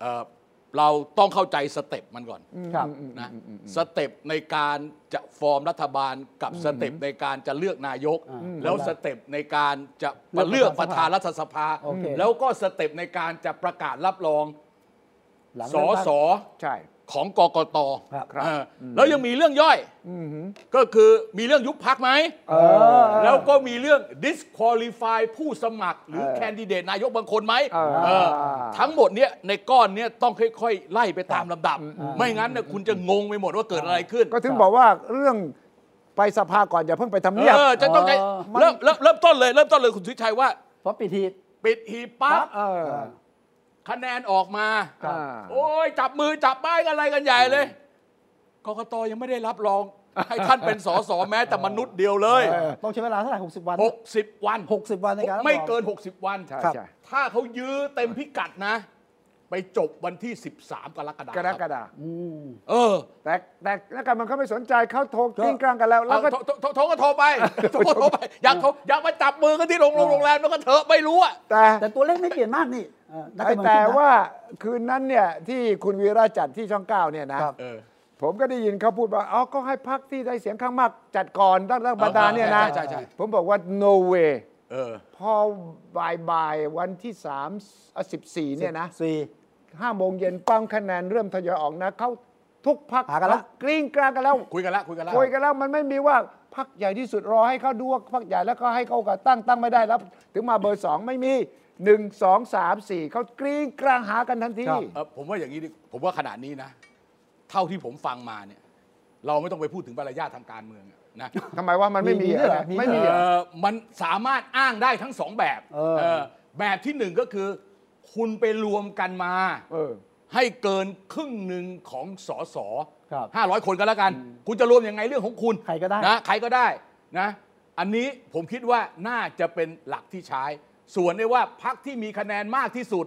เราต้องเข้าใจสเต็ปมันก่อนครับนะสเต็ปในการจะฟอร์มรัฐบาลกับสเต็ปในการจะเลือกนายก แล้วสเต็ปในการจะมาเลือกประธานรัฐสภา แล้วก็สเต็ปในการจะประกาศรับรองสสของกกต.แล้วยังมีเรื่องย่อยก็คือมีเรื่องยุบพรรคไหมแล้วก็มีเรื่อง disqualify ผู้สมัครหรือแคนดิเดตนายกบางคนไหมทั้งหมดเนี้ยในก้อนเนี้ยต้องค่อยๆไล่ไปตามลำดับไม่งั้นเนี่ยคุณจะงงไปหมดว่าเกิดอะไรขึ้นก็ถึงบอกว่าเรื่องไปสภาก่อนอย่าเพิ่งไปทำเนียบจะต้องเริ่มเริ่มเริ่มต้นเลยเริ่มต้นเลยคุณสุชัยว่าเพราะปิดหีบปิดหีบปั๊บคะแนนออกมาโอ้ยจับมือจับไม้กันอะไรกันใหญ่เลยกกต.ยังไม่ได้รับรองให้ท่านเป็นสสแม้แต่มนุษย์เดียวเลยต้องใช้เวลาเท่าไหร่หกสิบวันหกสิบวันหกสิบวันในการไม่เกินหกสิบวันถ้าเขายื้อเต็มพิกัดนะไปจบวันที่สิบสามกรกฎาคมกรกฎาคมเออแต่แต่แล้วกันมันเขาไม่สนใจเขาโทรกิ้งกลางกันแล้วแล้วก็โทรก็โทรไปโทรก็โทรไปอยากโทรอยากมาจับมือกันที่โรงโรงแรมแล้วก็เถอะไม่รู้อะแต่แต่ตัวเลขไม่เปลี่ยนมากนี่แต่ว่าคืนนั้นเนี่ยที่คุณวีระจัดที่ช่องเก้าเนี่ยนะผมก็ได้ยินเขาพูดว่าอ๋อก็ให้พรรคที่ได้เสียงข้างมากจัดก่อนรัฐบาลเนี่ยนะผมบอกว่า no way พอบ่ายๆวันที่สามสิบสี่เนี่ยนะห้าโมงเย็นปั้งคะแนนเริ่มทยอยออกนะเขาทุกพรรคกันแล้วกลิ้งกลางกันแล้วคุยกันแล้วคุยกันแล้วคุยกันแล้วมันไม่มีว่าพรรคใหญ่ที่สุดรอให้เขาดูว่าพรรคใหญ่แล้วก็ให้เขากับตั้งตั้งไม่ได้แล้วถึงมาเบอร์สองไม่มีหนึ่งสองสามสี่เขากลิ้งกลางหากันทันทีผมว่าอย่างนี้ผมว่าขณะนี้นะเท่าที่ผมฟังมาเนี่ยเราไม่ต้องไปพูดถึงมารยาททางการเมืองนะทำไมว่ามันไม่มีไม่มีมันสามารถอ้างได้ทั้งสองแบบแบบที่หนึ่งก็คือคุณไปรวมกันมาให้เกินครึ่งหนึ่งของสสห้าร้อยคนกันแล้วกันคุณจะรวมยังไงเรื่องของคุณใครก็ได้นะใครก็ได้นะอันนี้ผมคิดว่าน่าจะเป็นหลักที่ใช้ส่วนในว่าพรรคที่มีคะแนนมากที่สุด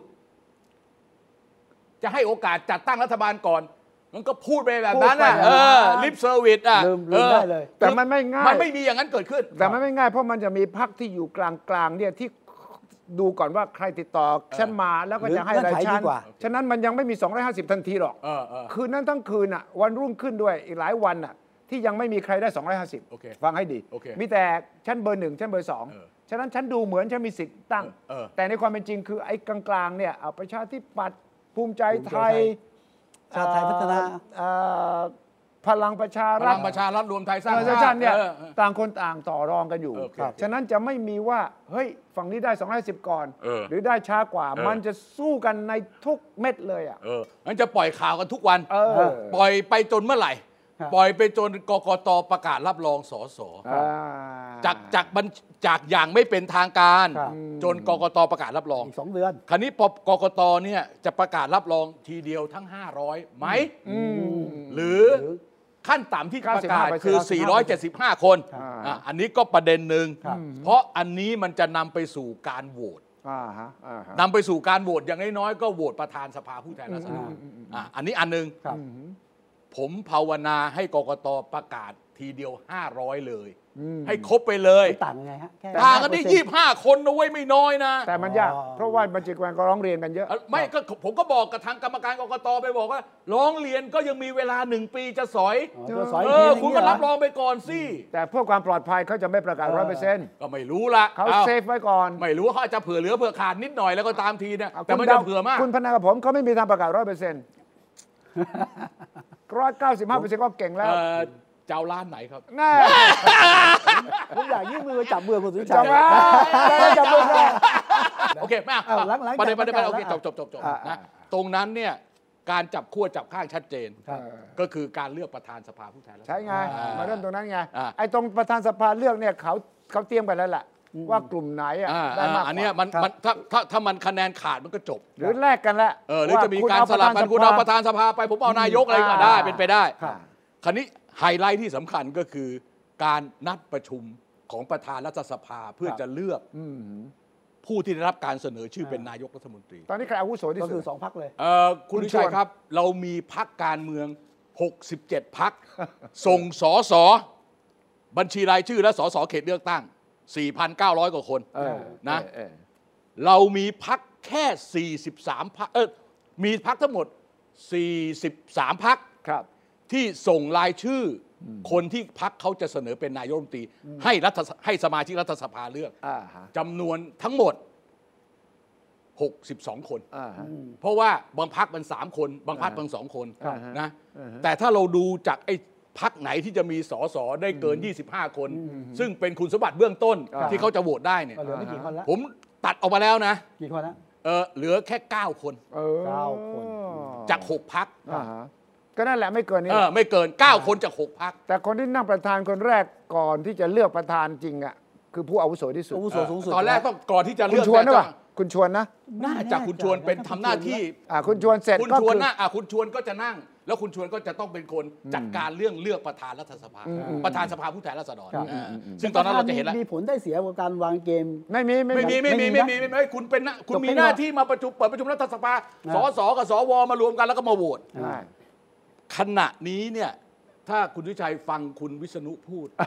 จะให้โอกาสจัดตั้งรัฐบาลก่อนมันก็พูดไปแบบนั้นอ่ะเออลิปเซอร์วิสอ่ะได้เลยแต่มันไม่ง่ายมันไม่มีอย่างนั้นเกิดขึ้นแต่มันไม่ง่ายเพราะมันจะมีพรรคที่อยู่กลางๆเนี่ยที่ดูก่อนว่าใครติดต่อฉันมาแล้วก็จะให้รายชันฉะนั้นมันยังไม่มีสองร้อยห้าสิบทันทีหรอกคืนนั้นทั้งคืนอ่ะวันรุ่งขึ้นด้วยอีกหลายวันอ่ะที่ยังไม่มีใครได้สองร้อยห้าสิบฟังให้ดีมีแต่ชั้นเบอร์หนึ่งชั้นเบอร์สองฉะนั้นฉันดูเหมือนฉันมีสิทธิ์ตั้งแต่ในความเป็นจริงคือไอ้กลางๆเนี่ยประชาธิปัตย์ภูมิใจไทยชาติไทยพัฒนาพลังประชารัฐพลังประชารัฐรวมไทยสร้างชาติเนี่ยต่างคนต่างต่อรองกันอยู่ฉะนั้นจะไม่มีว่าเฮ้ยฝั่งนี้ได้สองร้อยห้าสิบก่อนหรือได้ช้ากว่ามันจะสู้กันในทุกเม็ดเลยอ่ะเอองั้นจะปล่อยข่าวกันทุกวันปล่อยไปจนเมื่อไหร่ปล่อยไปจนกกต.ประกาศรับรองสสจากจากจากอย่างไม่เป็นทางการจนกกต.ประกาศรับรองสองเดือนคราวนี้พอกกต.เนี่ยจะประกาศรับรองทีเดียวทั้งห้าร้อยไหมหรือขั้นต่ำที่ประกาศคือสี่ร้อยเจ็ดสิบห้าคนอันนี้ก็ประเด็นหนึ่งเพราะอันนี้มันจะนำไปสู่การโหวตนำไปสู่การโหวตอย่างน้อยๆก็โหวตประธานสภาผู้แทนราษฎรอันนี้อันนึงผมภาวนาให้กกต.ประกาศทีเดียวห้าร้อยเลยให้ครบไปเลยต่างยังไงฮะต่างกันที่ยี่สิบห้าคนนะเว้ยไม่น้อยนะแต่มันยากเพราะว่าบัญชีการก็ร้องเรียนกันเยอะไม่ก็ผมก็บอกกับทางกรรมการกกต.ไปบอกว่าร้องเรียนก็ยังมีเวลาหนึ่งปีจะสอยเออคุณก็รับรองไปก่อนสิแต่เพื่อความปลอดภัยเขาจะไม่ประกาศร้อยเปอร์เซ็นต์ก็ไม่รู้ละเขาเซฟไว้ก่อนไม่รู้เขาอาจจะเผื่อเหลือเผื่อขาดนิดหน่อยแล้วก็ตามทีเนี่ยแต่ไม่ได้เผื่อมากคุณพนักกับผมเขาไม่มีทางประกาศร้อยเปอร์เซ็นต์ร้อยเก้าสิบห้าเปอร์เซ็นต์ก็เก่งแล้วเจ้าร้านไหนครับน่าผมอยากยื่นมือจับมือคุณสุชัยจับมือจับมือโอเคไม่เอาประเด็นประเด็นโอเคจบจบจบจบนะตรงนั้นเนี่ยการจับขั้วจับข้างชัดเจนก็คือการเลือกประธานสภาผู้แทนใช่ไงมาเริ่มตรงนั้นไงไอ้ตรงประธานสภาเลือกเนี่ยเขาเขาเตรียมกันแล้วแหละว่ากลุ่มไหนอ่ะได้มากอันนี้มันถ้าถ้าถ้ามันคะแนนขาดมันก็จบหรือแลกกันละเออหรือจะมีการสลับกันคุณเอาประธานสภาไปผมเอานายกอะไรก็ได้เป็นไปได้คราวนี้ไฮไลท์ที่สำคัญก็คือการนัดประชุมของประธานรัฐสภาเพื่อจะเลือกผู้ที่ได้รับการเสนอชื่อเป็นนายกรัฐมนตรีตอนนี้ใครอาวุโสที่สุดก็คือสองพรรคเลยคุณชัยครับเรามีพรรคการเมืองหกสิบเจ็ดพรรคส่งสสบัญชีรายชื่อและสสเขตเลือกตั้ง สี่พันเก้าร้อย กว่าคนนะเรามีพรรคแค่สี่สิบสามพรรคเออมีพรรคทั้งหมดสี่สิบสามพรรคที่ส่งรายชื่อคนที่พรรคเขาจะเสนอเป็นนายกรัฐมนตรีให้รัฐให้สมาชิกรัฐสภาเลือกจำนวนทั้งหมดหกสิบสองคนเพราะว่าบางพรรคมันสามคนบางพรรคมันสองคนนะแต่ถ้าเราดูจากไอ้พรรคไหนที่จะมีสสได้เกินยี่สิบห้าคนซึ่งเป็นคุณสมบัติเบื้องต้นที่เขาจะโหวตได้เนี่ยผมตัดออกมาแล้วนะกี่คนนะเออเหลือแค่เก้าคนเก้าคนจากหกพรรคก็นั่นแหละไม่เกินนี้เออไม่เกินเก้าคนจากหกพรรคแต่คนที่นั่งประธานคนแรกก่อนที่จะเลือกประธานจริงอ่ะคือผู้อาวุโสที่สุดอาวุโสสูงสุดตอนแรกต้องก่อนที่จะเลือกคุณชวนนะวะคุณชวนนะน่าจะคุณชวนเป็นทำหน้าที่อ่าคุณชวนเสร็จคุณชวนนะอ่าคุณชวนก็จะนั่งแล้วคุณชวนก็จะต้องเป็นคนจัดการเรื่องเลือกประธานรัฐสภาประธานสภาผู้แทนราษฎรซึ่งตอนนั้นเราจะเห็นแล้วมีผลได้เสียกับการวางเกมไม่มีไม่มีไม่มีไม่มีไม่มีคุณเป็นคุณมีหน้าที่มาประชุมเปิดประชุมรัฐสภาสสกับสวมารวมกันแล้วก็มาโหวตขณะนี้เนี่ยถ้าคุณวิชัยฟังคุณวิษณุพูด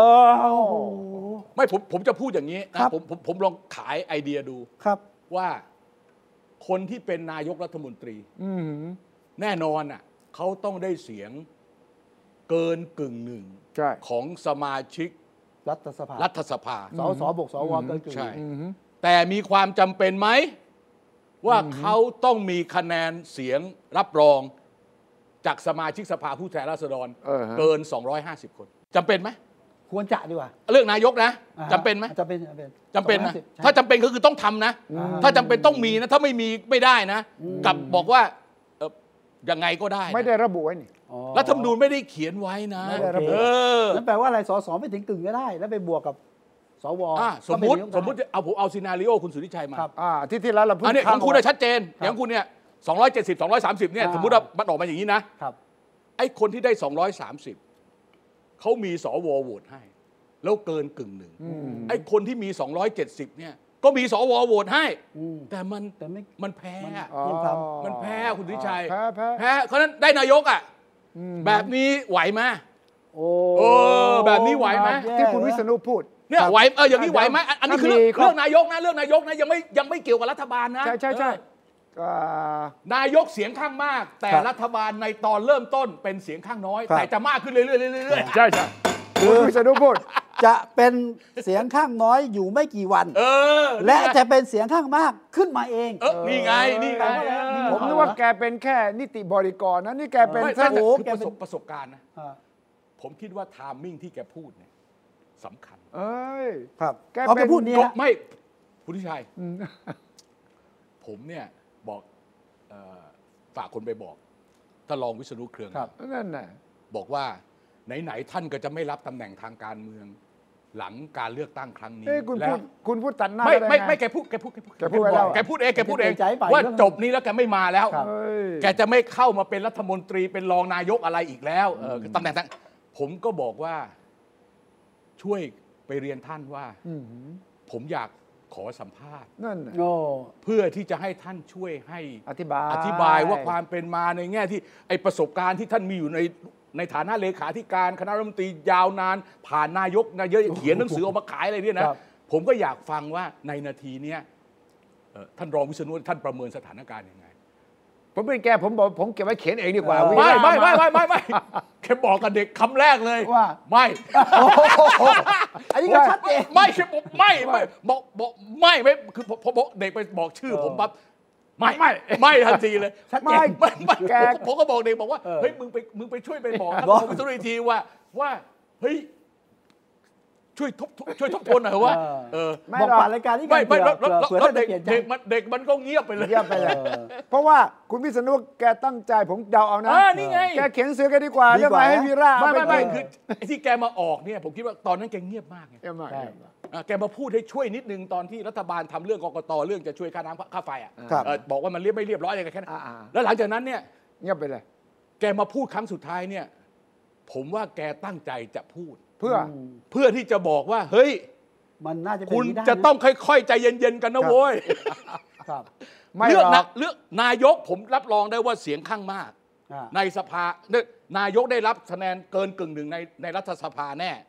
ไม่ผมผมจะพูดอย่างนี้นะผมผมผมลองขายไอเดียดูครับว่าคนที่เป็นนายกรัฐมนตรีแน่นอนอ่ะเขาต้องได้เสียงเกินกึ่งหนึ่งของสมาชิกรัฐสภารัฐสภาสสบกสวเกินกึ่งใช่แต่มีความจำเป็นไหมว่าเขาต้องมีคะแนนเสียงรับรองจากสมาชิกสภาผู้แทนราษฎรเกินสองร้อยห้าสิบคนจำเป็นไหมควรจะดีกว่าเรื่องนายกนะจำเป็นไหมจำเป็นจำเป็นจำเป็นนะถ้าจำเป็นก็คือต้องทำนะถ้าจำเป็นต้องมีนะถ้าไม่มีไม่ได้นะกับบอกว่ายังไงก็ได้ไม่ได้ระบุไว้นี่รัฐธรรมนูญไม่ได้เขียนไว้นะเออนั่นแปลว่าอะไรสสไม่ถึงกึ่งก็ได้แล้วไปบวกกับสวสมมติสมมติเอาผมเอาซีนาริโอคุณสุริชัยมาที่ที่แล้วเราพูดอันนี้ของคุณชัดเจนอย่างคุณเนี่ยสองร้อยเจ็ดสิบ สองร้อยสามสิบเนี่ยสมมติว่ามันออกมาอย่างนี้นะครับไอ้คนที่ได้สองร้อยสามสิบเขามีสวโหวตให้แล้วเกินกึ่งหนึ่งไอ้คนที่มีสองร้อยเจ็ดสิบเนี่ยก็มีสวโหวตให้แต่มันมันแพ้มันแพ้คุณสุริชัยแพ้เพราะนั้นได้นายกอ่ะแบบนี้ไหวไหมโอ้แบบนี้ไหวไหมที่คุณวิษณุพูดเนี่ยไหวเอออย่างนี้ไหวไหมอันนี้คือเรื่องนายกนะเรื่องนายกนะยังไม่ยังไม่เกี่ยวกับรัฐบาลนะใช่ใช่ใช่นายกเสียงข้างมากแต่รัฐบาลในตอนเริ่มต้นเป็นเสียงข้างน้อยแต่จะมากขึ้นเรื่อยๆเรื่อยๆใช่ใช่คุณวิษณุพูดจะเป็นเสียงข้างน้อยอยู่ไม่กี่วันและจะเป็นเสียงข้างมากขึ้นมาเองนี่ไงนี่ไงผมนึกว่าแกเป็นแค่นิติบริกรนะนี่แกเป็นท่านโอ้แกประสบประสบการณ์นะผมคิดว่าไทมิ่งที่แกพูดเนี่ยสำคัญเอ้ยครับแกเป็นพูดนี้ไม่คุณทิชัยผมเนี่ยบอกฝากคนไปบอกท่านรองวิษณุเครืองนั่นน่ะบอกว่าไหนๆท่านก็จะไม่รับตำแหน่งทางการเมืองหลังการเลือกตั้งครั้งนี้แล้วคุณพูดตัดหน้าไม่ไม่ไม่แกพูดแกพูดแกพูดแกพูดแกพูดเองแกพูดเองว่าจบนี้แล้วแกไม่มาแล้วแกจะไม่เข้ามาเป็นรัฐมนตรีเป็นรองนายกอะไรอีกแล้วตำแหน่งผมก็บอกว่าช่วยไปเรียนท่านว่าผมอยากขอสัมภาษณ์นั่นเพื่อที่จะให้ท่านช่วยให้อธิบายอธิบายว่าความเป็นมาในแง่ที่ไอประสบการณ์ที่ท่านมีอยู่ในในฐานะเลขาธิการคณะรัฐมนตรียาวนานผ่านนายกนายกเขียนหนังสือออกมาขายอะไรเนี่ยนะผมก็อยากฟังว่าในนาทีนี้ท่านรองวิษณุท่านประเมินสถานการณ์ยังไงผมเป็นแกผมบอกผมเก็บไว้เขียนเองดีกว่าไม่ไม่ไม่ไม่ไม่ไม่แค่บอกกับเด็กคำแรกเลยว่าไม่อันนี้ก็ชัดเจนไม่ใช่ผมไม่ไม่บอกบอกไม่ไม่คือพอบอกเด็กไปบอกชื่อผมปั๊บไม่ไม่ไม่ทันทีเลยไม่ไม่แกผมก็บอกเด็กบอกว่าเฮ้ยมึงไปมึงไปช่วยไปบอกท่านรองวิษณุทีว่าว่าเฮ้ยช่วยทบช่วยทบทวนหน่อยว่าบอกผ่านรายการที่ไม่ไม่แล้วเด็กเด็กมันเด็กมันก็เงียบไปเลยเงียบไปเลยเพราะว่าคุณวิษณุแกตั้งใจผมเดาเอานะนี่ไงแกเขียนซื้อกันดีกว่าเรื่องอะไรให้วีระไม่ไม่ไม่คือที่แกมาออกเนี่ยผมคิดว่าตอนนั้นแกเงียบมากไงแกมาพูดให้ช่วยนิดนึงตอนที่รัฐบาลทำเรื่องกกตเรื่องจะช่วยค่าน้ำค่าไฟอ่ะบอกว่ามันเรียบไม่เรียบร้อยอะไรแค่นั้นแล้วหลังจากนั้นเนี่ยเงียบไปเลยแกมาพูดครั้งสุดท้ายเนี่ยผมว่าแกตั้งใจจะพูดเพื่อเพื่อที่จะบอกว่าเฮ้ยมันน่าจะคุณจะต้องค่อยๆใจเย็นๆกันนะโว้ยเลือกนะเลือกนายกผมรับรองได้ว่าเสียงข้างมากในสภานายกได้รับคะแนนเกินกึ่งหนึ่งในในรัฐสภาแน่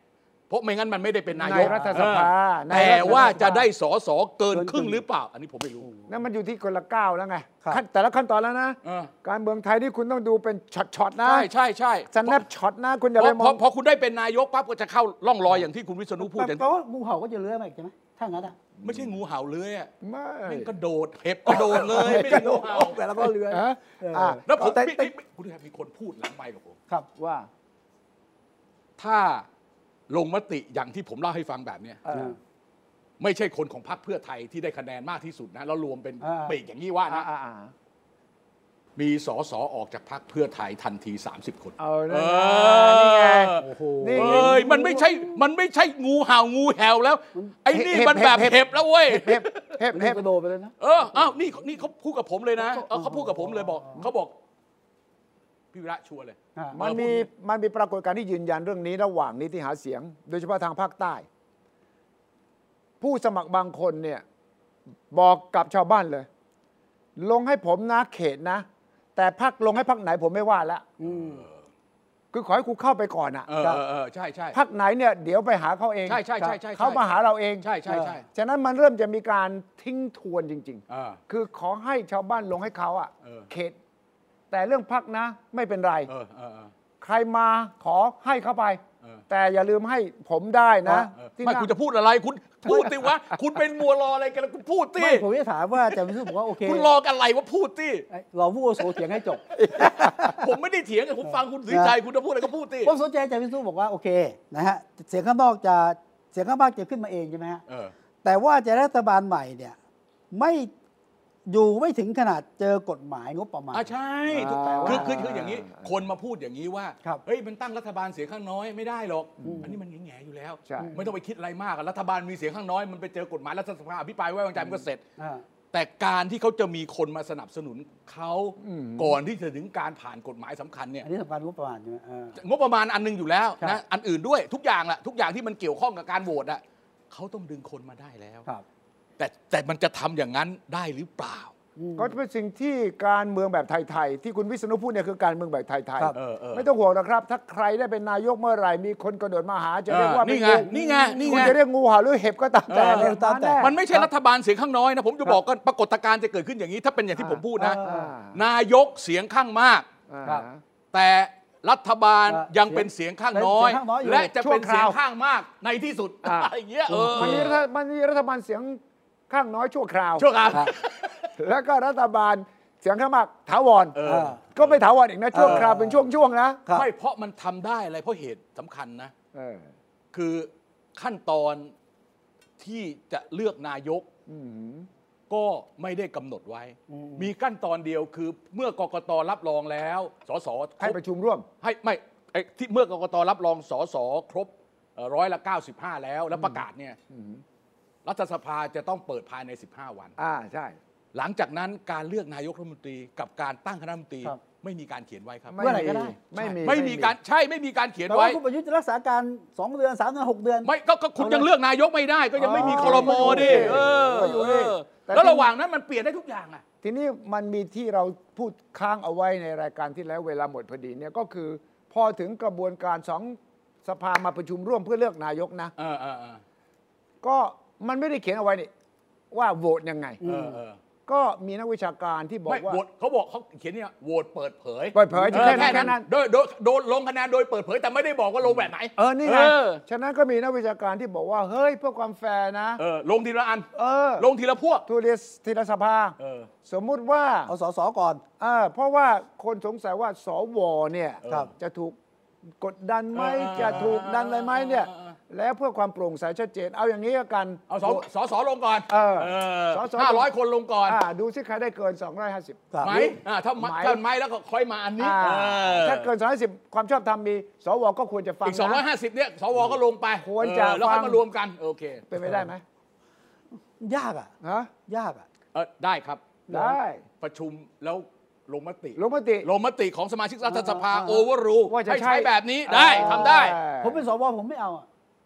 เพราะไม่งั้นมันไม่ได้เป็นนายกในรัฐสภาแต่ว่าจะได้สสเกินครึ่งหรือเปล่าอันนี้ผมไม่รู้นั่นมันอยู่ที่คนละก้าวแล้วไงแต่ละขั้นตอนแล้วนะการเมืองไทยนี่คุณต้องดูเป็นช็อตๆนะใช่ใช่ใช่สแนปช็อตนะคุณอย่าไปมองพอคุณได้เป็นนายกปั๊บก็จะเข้าร่องรอยอย่างที่คุณวิษณุพูดเพราะว่างูเห่าก็จะเลื้อยมาอีกใช่ไหมถ้างั้นอ่ะไม่ใช่งูเห่าเลื้อยอ่ะไม่กระโดดเห็บกระโดดเลยไม่ใช่งูเห่าแต่แล้วก็เลื้อยแล้วผมคุณมีคนพูดหลังไมค์กับผมครับว่าถ้าลงมติอย่างที่ผมเล่าให้ฟังแบบนี้ไม่ใช่คนของพรรคเพื่อไทยที่ได้คะแนนมากที่สุดนะแล้วรวมเป็นปีกอย่างนี้ว่านะมีสสออกจากพรรคเพื่อไทยทันทีสามสิบคนเออนี่ไงโอ้โหเอ้ยมันไม่ใช่มันไม่ใช่งูเห่างูแหวแล้วไอ้นี่มันแบบเห็บแล้วเว้ยเห็บเห็บเห็บกระโดดไปเลยนะเอออ้าวนี่นี่เขาพูดกับผมเลยนะเขาพูดกับผมเลยบอกเขาบอกพี่วิระชัวร์เลยมันมีมันมีปรากฏการณ์ที่ยืนยันเรื่องนี้ระหว่างนี้ที่หาเสียงโดยเฉพาะทางภาคใต้ผู้สมัครบางคนเนี่ยบอกกับชาวบ้านเลยลงให้ผมนะเขตนะแต่พรรคลงให้พรรคไหนผมไม่ว่าแล้วคือขอให้กูเข้าไปก่อนอ่ะเออเออใช่ใช่พรรคไหนเนี่ยเดี๋ยวไปหาเขาเองใช่ใช่ใช่ใช่เขามาหาเราเองใช่ใช่ใช่ฉะนั้นมันเริ่มจะมีการทิ้งทวนจริงๆคือขอให้ชาวบ้านลงให้เขาอ่ะเขตแต่เรื่องพรรคนะไม่เป็นไรใครมาขอให้เข้าไปแต่อย่าลืมให้ผมได้นะไม่คุณจะพูดอะไรคุณพูดสิวะคุณเป็นมัวรออะไรกันแล้วคุณพูดสิไม่ผมจะถามว่าจะพิสูจน์บอกว่าโอเคคุณรอกันอะไรวะพูดสิรอผู้โสเถียงให้จบผมไม่ได้เถียงผมฟังคุณสีใจคุณจะพูดอะไรก็พูดสิผมสนใจจะพิสูจน์บอกว่าโอเคนะฮะเสียงข้างนอกจะเสียงข้างนอกจะขึ้นมาเองใช่ไหมฮะแต่ว่าจะรัฐบาลใหม่เนี่ยไม่อยู่ไม่ถึงขนาดเจอกฎหมายงบประมาณอ่าใช่คือคือคืออย่างนี้คนมาพูดอย่างนี้ว่าเฮ้ยมันตั้งรัฐบาลเสียงข้างน้อยไม่ได้หรอกอันนี้มันแง่ๆอยู่แล้วไม่ต้องไปคิดอะไรมากรัฐบาลมีเสียงข้างน้อยมันไปเจอกฎหมายรัฐสภาอภิปรายไว้วางใจมันก็เสร็จแต่การที่เขาจะมีคนมาสนับสนุนเขาก่อนที่จะถึงการผ่านกฎหมายสำคัญเนี่ยอันนี้สำคัญงบประมาณใช่ไหมงบประมาณอันนึงอยู่แล้วนะอันอื่นด้วยทุกอย่างแหละทุกอย่างที่มันเกี่ยวข้องกับการโหวตอ่ะเขาต้องดึงคนมาได้แล้วแต่แต่มันจะทำอย่างนั้นได้หรือเปล่าก็เป็นสิ่งที่การเมืองแบบไทยๆที่คุณวิษณุพูดเนี่ยคือการเมืองแบบไทยๆไม่ต้องห่วงนะครับถ้าใครได้เป็นนายกเมื่อไหร่มีคนกระโดดมาหาจะเรียกว่านี่ไงนี่ไงนี่ไงคุณจะเรียกงูเห่าหรือเห็บก็ตามแต่มันไม่ใช่รัฐบาลเสียงข้างน้อยนะผมจะบอกก็ปรากฏการณ์จะเกิดขึ้นอย่างนี้ถ้าเป็นอย่างที่ผมพูดนะนายกเสียงข้างมากแต่รัฐบาลยังเป็นเสียงข้างน้อยและจะเป็นเสียงข้างมากในที่สุดอะไรอย่างเงี้ยเออมันมีมันมีรัฐบาลเสียงข้างน้อยชั่วคราวชั่วคราวแล้วก็รัฐบาลเสียงข้างมากถาวรก็ไม่ถาวรอีกนะชั่วคราวเป็นช่วงๆนะไม่เพราะมันทำได้อะไรเพราะเหตุสำคัญนะคือขั้นตอนที่จะเลือกนายกก็ไม่ได้กำหนดไว้มีขั้นตอนเดียวคือเมื่อกกตรับรองแล้วสสให้ประชุมร่วมให้ไม่ที่เมื่อกกตรับรองสสครบร้อยละเก้าสิบห้าแล้วแล้วประกาศเนี่ยรัฐสภาจะต้องเปิดภายในสิบห้าวันอ่าใช่หลังจากนั้นการเลือกนายกรัฐมนตรีกับการตั้งคณะรัฐมนตรีไม่มีการเขียนไว้ครับเมื่อไหร่ก็ได้ไม่มีไม่มีการใช่ไม่มีการเขียนไว้แต่ว่าคุณประยุทธ์จะรักษาการสองเดือนสามเดือนหกเดือนไม่ก็คุณยังเลือกนายกไม่ได้ก็ยังไม่มีครม.ดิเออแล้วระหว่างนั้นมันเปลี่ยนได้ทุกอย่างอ่ะทีนี้มันมีที่เราพูดค้างเอาไว้ในรายการที่แล้วเวลาหมดพอดีเนี่ยก็คือพอถึงกระบวนการสองสภามาประชุมร่วมเพื่อเลือกนายกนะก็มันไม่ได้เขียนเอาไว้นี่ว่าโหวตยังไงก็มีนักวิชาการที่บอกว่าเขาบอกเขาเขียนเนี่ยโหวตเปิดเผยเปิดเผยแค่นั้นโดยโดยลงคะแนนโดยเปิดเผยแต่ไม่ได้บอกว่าลงแบบไหนเออนี่ไงฉะนั้นก็มีนักวิชาการที่บอกว่าเฮ้ยเพื่อความแฟร์นะลงทีละอันลงทีละพวกทุเรียนทีละสภาสมมุติว่าเอาสสก่อนเพราะว่าคนสงสัยว่าสวเนี่ยจะถูกกดดันไหมจะถูกดันอะไรไหมเนี่ยแล้วเพื่อความโปร่งใสชัดเจนเอาอย่างนี้กันเอาสสสลงก่อนห้าร้อยคนลงก่อนดูซิใครได้เกินสองร้อยห้าสิบไหมถ้าถ้าไม่แล้วก็ค่อยมาอันนี้ถ้าเกินสองร้อยห้าสิบความชอบธรรมมีสวก็ควรจะฟังอีกสองร้อยห้าสิบเนี่ยสวก็ลงไปควรจะแล้วค่อยมารวมกันโอเคเป็นไปได้ไหมยากอ่ะฮะยากอ่ะเออได้ครับได้ประชุมแล้วลงมติลงมติลงมติของสมาชิกรัฐสภาโอเวอร์รูลให้ใช้แบบนี้ได้ทำได้ผมเป็นสวผมไม่เอา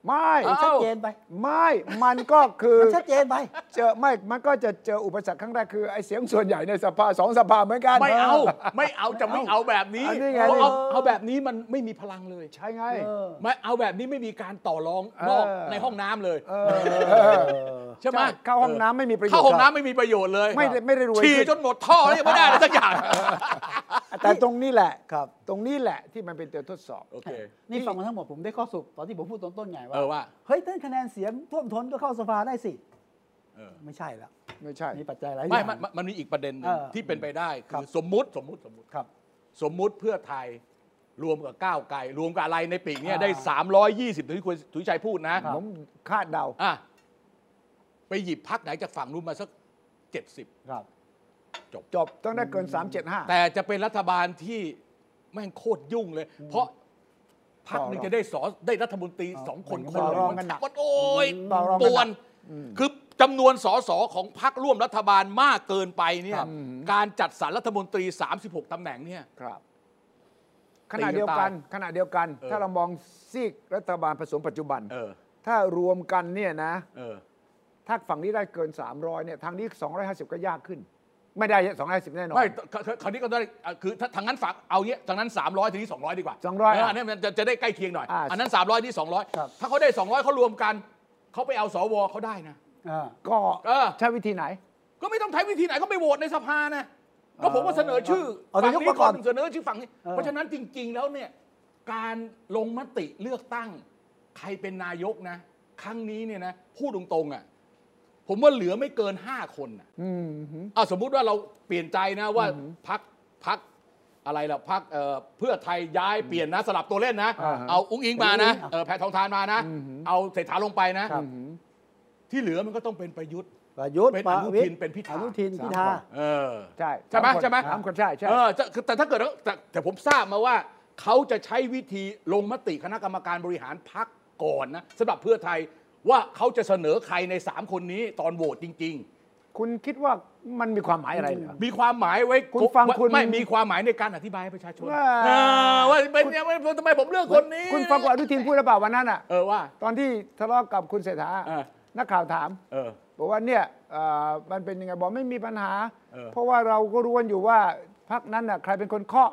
ไม่ชัดเจนไปไม่มันก็คือมันชัดเจนไปเจอไม่มันก็จะเจออุปสรรคครั้งแรกคือไอ้เสียงส่วนใหญ่ในสภาสองสภาเหมือนกันไม่เอาไม่เอาจะไม่เอาแบบนี้เพราะเอาเอาแบบนี้มันไม่มีพลังเลยใช่ไงไม่เอาแบบนี้ไม่มีการต่อรองนอกในห้องน้ำเลยใช่ไหมเข้าห้องน้ำไม่มีประโยชน์เข้าห้องน้ำไม่มีประโยชน์เลยไม่ไม่ได้รวยฉี่จนหมดท่อยังไม่ได้เลยสักอย่างแต่ตรงนี้แหละครับตรงนี้แหละที่มันเป็นตัวทดสอบโอเคนี่ฟังมาทั้งหมดผมได้ข้อสรุปตอนที่ผมพูดตอนต้นไงว่าเฮ้ยถ้าคะแนนเสียงท่วมท้นก็เข้าสภาได้สิไม่ใช่แล้วไม่ใช่มีปัจจัยอะไรไม่มันมีอีกประเด็นนึงที่เป็นไปได้คือสมมุติสมมุติสมมุติครับสมมุติเพื่อไทยรวมกับก้าวไกลรวมกับอะไรในปีนี้ได้สามร้อยยี่สิบที่คุณถุยชัยพูดนะผมคาดเดาอ่ะไปหยิบพรรคไหนจากฝั่งนู้นมาสักเจ็ดสิบครับจบจบต้องได้เกินสามเจ็ดห้าแต่จะเป็นรัฐบาลที่แม่งโคตรยุ่งเลยเพราะพรรคหนึ่งจะได้สอได้รัฐมนตรีสองคนคนรองกันหนักโอ้ยปวนคือจำนวนสสของพรรคร่วมรัฐบาลมากเกินไปเนี่ยการจัดสรรรัฐมนตรีสามสิบหกตำแหน่งเนี่ยครับขณะเดียวกันขณะเดียวกันถ้าเรามองซีกรัฐบาลผสมปัจจุบันถ้ารวมกันเนี่ยนะถ้าฝั่งนี้ได้เกินสามร้อยเนี่ยทางนี้สองร้อยห้าสิบก็ยากขึ้นไม่ได้สองร้อยห้าสิบแน่นอนไม่คราวนี้ก็ได้คือถ้าทางนั้นฝากเอาเนี้ยทางนั้นสามร้อยทีนี้สองร้อยดีกว่าสองร้อยอันนี้มันจะจะได้ใกล้เคียงหน่อยอันนั้นสามร้อยนี่สองร้อยถ้าเขาได้สองร้อยเขารวมกันเขาไปเอาสวเขาได้นะก็ใช้วิธีไหนก็ไม่ต้องใช้วิธีไหนก็ไปโหวตในสภานะก็ผมว่าเสนอชื่อฝั่งนี้ก่อนเสนอชื่อฝั่งนี้เพราะฉะนั้นจริงๆแล้วเนี่ยการลงมติเลือกตั้งใครเป็นนายกนะครั้งนี้เนี่ยนะพูดตรงๆอ่ะผมว่าเหลือไม่เกินห้าคนอ่ะอ่าสมมุติว่าเราเปลี่ยนใจนะว่าพักพักอะไรล่ะพักเพื่อไทยย้ายเปลี่ยนนะสลับตัวเล่นนะเอาอุ้งอิงมานะแพทองทานมานะเอาเศรษฐาลงไปนะที่เหลือมันก็ต้องเป็นประยุทธ์ประยุทธ์เป็นอนุทินเป็นพิธาอนุทินพิธาเออใช่ใช่ไหมใช่ไหมสามคนใช่ใช่เออแต่ถ้าเกิดแต่แต่ผมทราบมาว่าเขาจะใช้วิธีลงมติคณะกรรมการบริหารพรรคก่อนนะสำหรับเพื่อไทยว่าเขาจะเสนอใครในสามคนนี้ตอนโหวตจริงๆคุณคิดว่ามันมีความหมายอะไรเหรอมีความหมายไว้คุณฟังคุณไม่มีความหมายในการอธิบายให้ประชาชนว่าเป็นยังไงทำไมผมเลือกคนนี้คุณฟังคุณอนุทินพูดหรือเปล่าวันนั้นอ่ะเออว่าตอนที่ทะเลาะกับคุณเศรษฐานักข่าวถามบอกว่าเนี่ยมันเป็นยังไงบอกไม่มีปัญหาเพราะว่าเราก็รู้กันอยู่ว่าพรรคนั้นน่ะใครเป็นคนเคาะ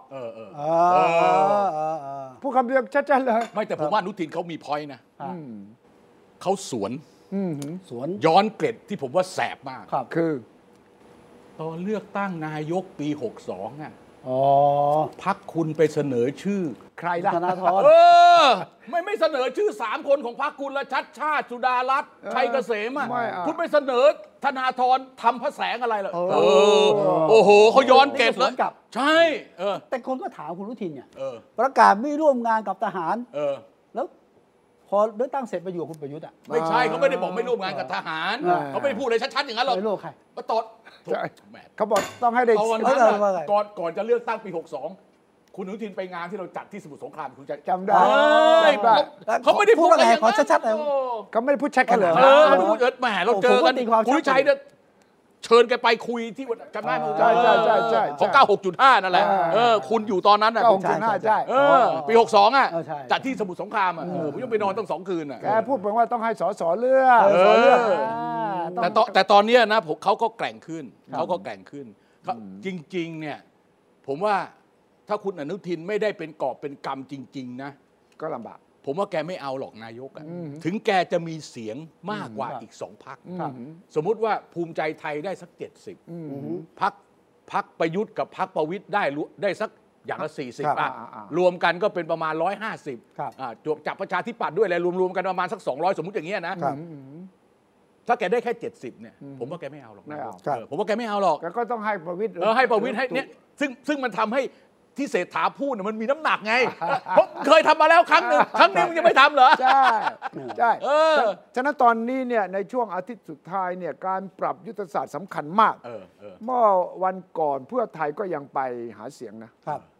ผู้คำเดียวชัดๆเลยไม่แต่ผมว่าอนุทินเขามีพอยต์นะเขาสวนสวนย้อนเกร็ดที่ผมว่าแสบมากคือตอนเลือกตั้งนายกปีหกสองอ่ะพรรคคุณไปเสนอชื่อใครล่ะธนาธรเออไม่ไม่เสนอชื่อสามคนของพรรคคุณละชัดชาติสุดารัตน์ชัยเกษมอ่ะคุณไปเสนอธนาธรทำพระแสงอะไรล่ะเออโอ้โหเขาย้อนเกร็ดเลยใช่เออแต่คนก็ถามคุณอนุทินเนี่ยประกาศไม่ร่วมงานกับทหารแล้วพอเลือกตั้งเสร็จไปอยู่คุณประยุทธ์อ่ะไม่ใช่เขาไม่ได้บอกไม่ร่วมงานกับทหารเขาไม่ได้พูดอะไรชัดๆอย่างนั้นหรอกไม่รู้ใครก็ตอดเขาบอกต้องให้ได้ก่อนก่อนจะเลือกตั้งปีหกสองคุณอนุทินไปงานที่เราจัดที่สมุทรสงครามคุณจะจำได้เขาไม่ได้พูดอะไรขอชัดๆเลยเขาไม่ได้พูดชัดกันเลยแหมเราเจอกันคุณวิชัยเนี่ยเชิญแกไปคุยที่จำได้ไหมใช่ใช่ใช่ใช่ของเก้าหกจุดห้านั่นแหละเออคุณอยู่ตอนนั้นอ่ะเก้าหกจุดห้าใช่เออปีหกสองอ่ะจัดที่สมุทรสงครามอ่ะผมยังไปนอนตั้งสองคืนอ่ะแกพูดเหมือนว่าต้องให้สสเลือกแต่ตอนแต่ตอนนี้นะผมเขาก็แกร่งขึ้นเขาก็แกร่งขึ้นจริงๆเนี่ยผมว่าถ้าคุณอนุทินไม่ได้เป็นกอบเป็นกำจริงๆนะก็ลำบากผมว่าแกไม่เอาหรอกนายกอ่ะถึงแกจะมีเสียงมากกว่าอีกสองพรรคสมมุติว่าภูมิใจไทยได้สักเจ็ดสิบพรรคพรรคประยุทธ์กับพรรคประวิตรได้ได้สักอย่างละสี่สิบอ่ะรวมกันก็เป็นประมาณร้อยห้าสิบจับประชาธิปัตย์ด้วยอะไรรวมๆกันประมาณสักสองร้อยสมมุติอย่างเงี้ยนะถ้าแกได้แค่เจ็ดสิบเนี่ยผมว่าแกไม่เอาหรอกผมว่าแกไม่เอาหรอกก็ต้องให้ประวิตรเออให้ประวิตรให้เนี่ยซึ่งซึ่งมันทำให้ที่เศรษฐาพูดมันมีน้ำหนักไงเพราะเคยทำมาแล้วครั้งหนึ่งครั้งนี้มันยังไม่ทำเหรอใช่ใช่ฉะนั้นตอนนี้เนี่ยในช่วงอาทิตย์สุดท้ายเนี่ยการปรับยุทธศาสตร์สำคัญมากเมื่อวันก่อนเพื่อไทยก็ยังไปหาเสียงนะครับ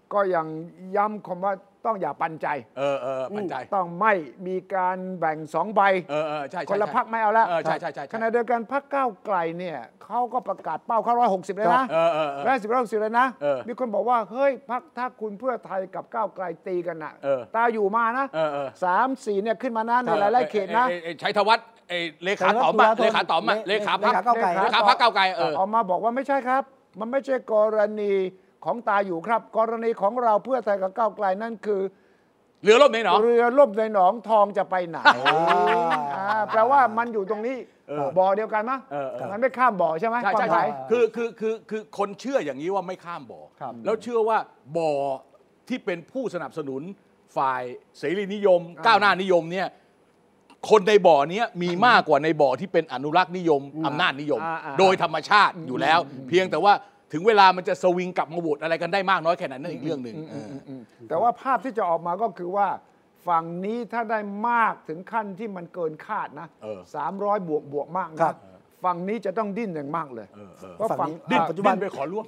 ก็ยังย้ำคำว่าต้องอย่าปันใจเออเออปันใจต้องไม่มีการแบ่งสองใบเออเออใช่คนละพรรคไม่เอาแล้วใช่ใช่ใช่ขณะเดียวกันพรรคก้าวไกลเนี่ยเขาก็ประกาศเป้าเข้าร้อยหกสิบเลยนะร้อยสิบร้อยหกสิบเลยนะมีคนบอกว่าเฮ้ยพรรคถ้าคุณเพื่อไทยกับก้าวไกลตีกันน่ะตาอยู่มานะสามสี่เนี่ยขึ้นมานะในหลายๆเขตนะชัยธวัฒน์เลขาต๋อมเลขาต๋อมเลขาพรรคเลขาพรรคก้าวไกลเออออกมาบอกว่าไม่ใช่ครับมันไม่ใช่กรณีของตาอยู่ครับกรณีของเราเพื่อไทยกับก้าวไกลนั่นคือเรือล่มในหนองเรือล่มในหนองทองจะไปไหนแปลว่ามันอยู่ตรงนี้บ่อเดียวกันมั้ยมันไม่ข้ามบ่อใช่ไหมใช่ใช่คือคือคือคือคนเชื่ออย่างนี้ว่าไม่ข้ามบ่อแล้วเชื่อว่าบ่อที่เป็นผู้สนับสนุนฝ่ายเสรีนิยมก้าวหน้านิยมเนี่ยคนในบ่อนี้มีมากกว่าในบ่อที่เป็นอนุรักษ์นิยมอำนาจนิยมโดยธรรมชาติอยู่แล้วเพียงแต่ว่าถึงเวลามันจะสวิงกลับมาโหวตอะไรกันได้มากน้อยแค่ไหนนั่นอีกเรื่องหนึ่งแต่ว่าภาพที่จะออกมาก็คือว่าฝั่งนี้ถ้าได้มากถึงขั้นที่มันเกินคาดนะสามร้อยบวกบวกมากนะฝั่งนี้จะต้องดิ้นอย่างมากเลยเพราะฝั่งดิ้นปัจจุบันไปขอร่วม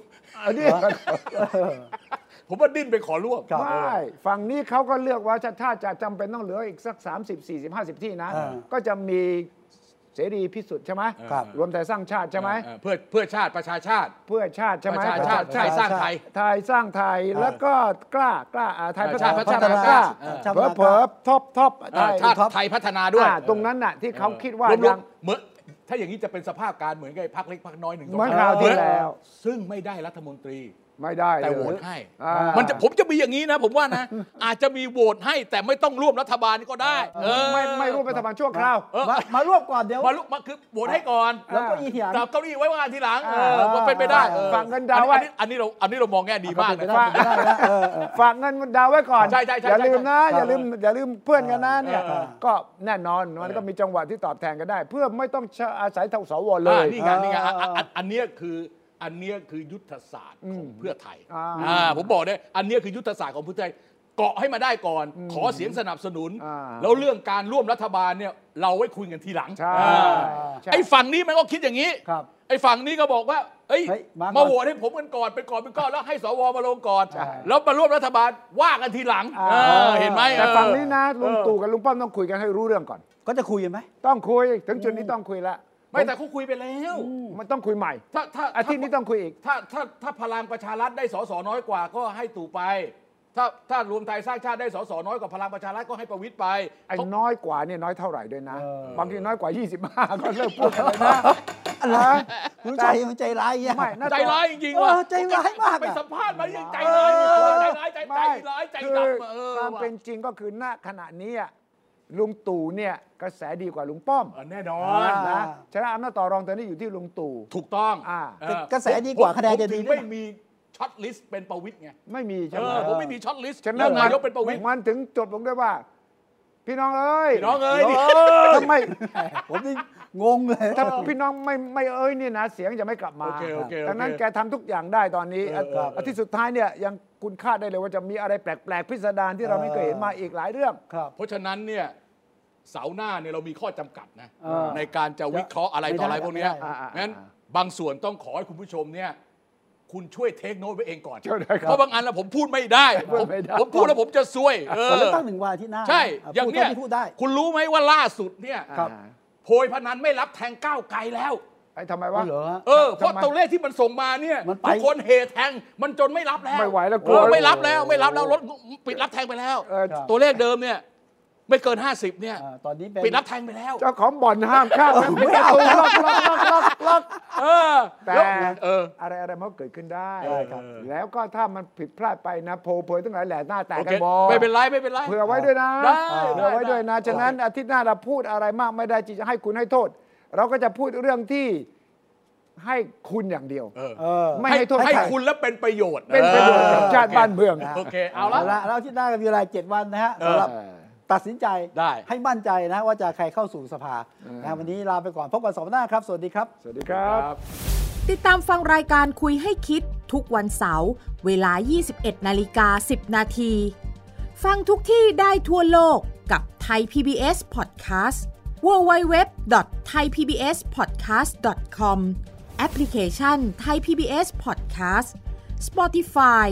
ผมว่าดิ้นไปขอร่วมไม่ฝั่งนี้เขาก็เลือกว่าถ้าจะจำเป็นต้องเหลืออีกสักสามสิบ สี่สิบ ห้าสิบที่นะก็จะมีเสรีพิสุทธิ์ใช่ไหมรวมไทยสร้างชาติใช่ไหมเพื่อเพื่อชาติประชาชาติเพื่อชาติใช่ไหมประชาชาติไทยสร้างไทยไทยสร้างไทยแล้วก็กล้ากล้าไทยพัฒนากล้าเผลอเผลอท็อปท็อปไทยพัฒนาด้วยตรงนั้นน่ะที่เขาคิดว่ายังเหมือนถ้าอย่างนี้จะเป็นสภาพการเหมือนกับพรรคเล็กพรรคน้อยหนึ่งเหมือนคราวที่แล้วซึ่งไม่ได้รัฐมนตรีไม่ได้แต่โหวตให้มันจะผมจะมีอย่างนี้นะผมว่านะอาจจะมีโหวตให้แต่ไม่ต้องร่วมรัฐบาลก็ได้ไม่ไม่ร่วมรัฐบาลชั่วคราวมาร่วมก่อนเดี๋ยวมามาคือโหวตให้ก่อนแล้วก็อีทีหลังจับเก้าอี้ไว้วางทีหลังมันเป็นไปได้ฝากเงินดาวไว้อันนี้เราอันนี้เรามองแง่ดีมากเลยฝากเงินดาวไว้ก่อนอย่าลืมนะอย่าลืมอย่าลืมเพื่อนกันนะเนี่ยก็แน่นอนมันก็มีจังหวะที่ตอบแทนกันได้เพื่อไม่ต้องอาศัยทางสวเลยนี่ไงนี่ไงอันนี้คืออันนี้คือยุทธศาสตร์ของเพื่อไทยผมบอกได้อันนี้คือยุทธศาสตร์ของเพื่อไทยเกาะให้มาได้ก่อนขอเสียงสนับสนุนแล้วเรื่องการร่วมรัฐบาลเนี่ยเราไว้คุยกันทีหลังไอ้ฝั่งนี้มันก็คิดอย่างนี้ไอ้ฝั่งนี้ก็บอกว่าเอ้ยมาโหวตให้ผมกันก่อนเป็นก่อนเป็นก้อนแล้วให้สวมาลงก่อนแล้วมาร่วมรัฐบาลว่ากันทีหลังเห็นไหมแต่ฝั่งนี้นะลุงตู่กับลุงป้อมต้องคุยกันให้รู้เรื่องก่อนก็จะคุยกันไหมต้องคุยถึงจุดนี้ต้องคุยแล้วไม่แต่เขาคุยไปแล้วมันต้องคุยใหม่ถ้าถ้าอาทิตย์นี้ต้องคุยอีกถ้าถ้าถ้าพลังประชารัฐได้สสน้อยกว่าก็ให้ตู่ไปถ้าถ้ารวมไทยสร้างชาติได้สสน้อยกว่าพลังประชารัฐก็ให้ประวิตรไปไอ้น้อยกว่าเนี่ยน้อยเท่าไหร่ด้วยนะบางทีน้อยกว่ายี่สิบห้าก็เลิกพูดกันเลยนะอะไรคุณใจมันใจร้ายอ่ะไม่ใจร้ายจริงๆว่ะใจร้ายมากไปสัมภาษณ์มายังใจร้ายใจร้ายใจร้ายใจดำความเป็นจริงก็คือณขณะนี้ลุงตู่เนี่ยกระแสดีกว่าลุงป้อมแน่นอนนะชนะอำนาจต่อรองตอนนี้อยู่ที่ลุงตู่ถูกต้องกระแสดีกว่าคะแนนจะดีไม่มีช็อตลิสต์เป็นประวิตรไงไม่มีใช่ไหมผมไม่มีช็อตลิสต์ฉะนั้นนายกเป็นประวิตรมันถึงจบลงได้ว่าพี่น้องเอ้ยพี่น้องเอ้ยทำไมผมนี่งงเลยถ้าพี่น้องไม่ไม่เอ้ยนี่นะเสียงจะไม่กลับมาดังนั้นแกทำทุกอย่างได้ตอนนี้อาทิตย์สุดท้ายเนี่ยยังคุณคาดได้เลยว่าจะมีอะไรแปลกๆพิสดารที่เราไม่เคยเห็นมาอีกหลายเรื่องเพราะฉะนั้นเนี่ยเสาหน้าเนี่ยเรามีข้อจำกัดนะในการจะวิเคราะห์อะไรต่ออะไรพวกนี้งั้นบางส่วนต้องขอให้คุณผู้ชมเนี่ยคุณช่วยเทคโน้ตไว้เองก่อนเพราะบางอันแล้วผมพูดไม่ได้ผมพูดแล้วผมจะซวยเออตั้งหนึ่งวันที่หน้าใช่อย่างเนี้ยคุณรู้ไหมว่าล่าสุดเนี่ยโพยพนันไม่รับแทงก้าวไกลแล้วไอ้ทำไมวะเออเพราะตัวเลขที่มันส่งมาเนี่ยทุกคนเฮแทงมันจนไม่รับแล้วไม่ไหวแล้วไม่รับแล้วไม่รับแล้วรถปิดรับแทงไปแล้วตัวเลขเดิมเนี่ยไม่เกินห้าสิบเนี่ยตอนนี้ปิดรับแทงไปแล้วเจ้าของบ่อนห้ามเข้าไม่เอาล็อกล็อกล็อกล็อกล็อกเออแต่อะไรอะไรมันเกิดขึ้นได้แล้วก็ถ้ามันผิดพลาดไปนะโผล่เผยตั้งหลายแหล่หน้าแตกกันบอไม่เป็นไรไม่เป็นไรเผื่อไว้ด้วยนะเผื่อไว้ด้วยนะฉะนั้นอาทิตย์หน้าเราพูดอะไรมากไม่ได้จะให้คุณให้โทษเราก็จะพูดเรื่องที่ให้คุณอย่างเดียวไม่ให้โทษให้คุณแล้วเป็นประโยชน์เป็นประโยชน์กับชาติบ้านเมืองโอเคเอาละแล้วอาทิตย์หน้าก็มีเวลาเจ็ดวันนะฮะสำหรับตัดสินใจให้มั่นใจนะว่าจะใครเข้าสู่สภานะวันนี้ลาไปก่อนพบกันสัปดาห์หน้าครับสวัสดีครับสวัสดีครับติดตามฟังรายการคุยให้คิดทุกวันเสาร์เวลา ยี่สิบเอ็ดนาฬิกาสิบนาที ฟังทุกที่ได้ทั่วโลกกับ Thai พี บี เอส Podcastดับเบิลยู ดับเบิลยู ดับเบิลยู ดอท ไทย พี บี เอส พอดแคสต์ ดอท คอม แอปพลิเคชัน Thai พี บี เอส Podcast Spotify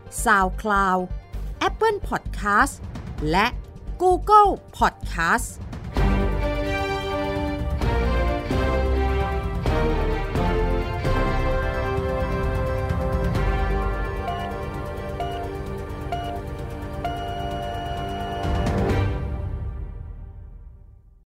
SoundCloud Apple Podcast และ Google Podcast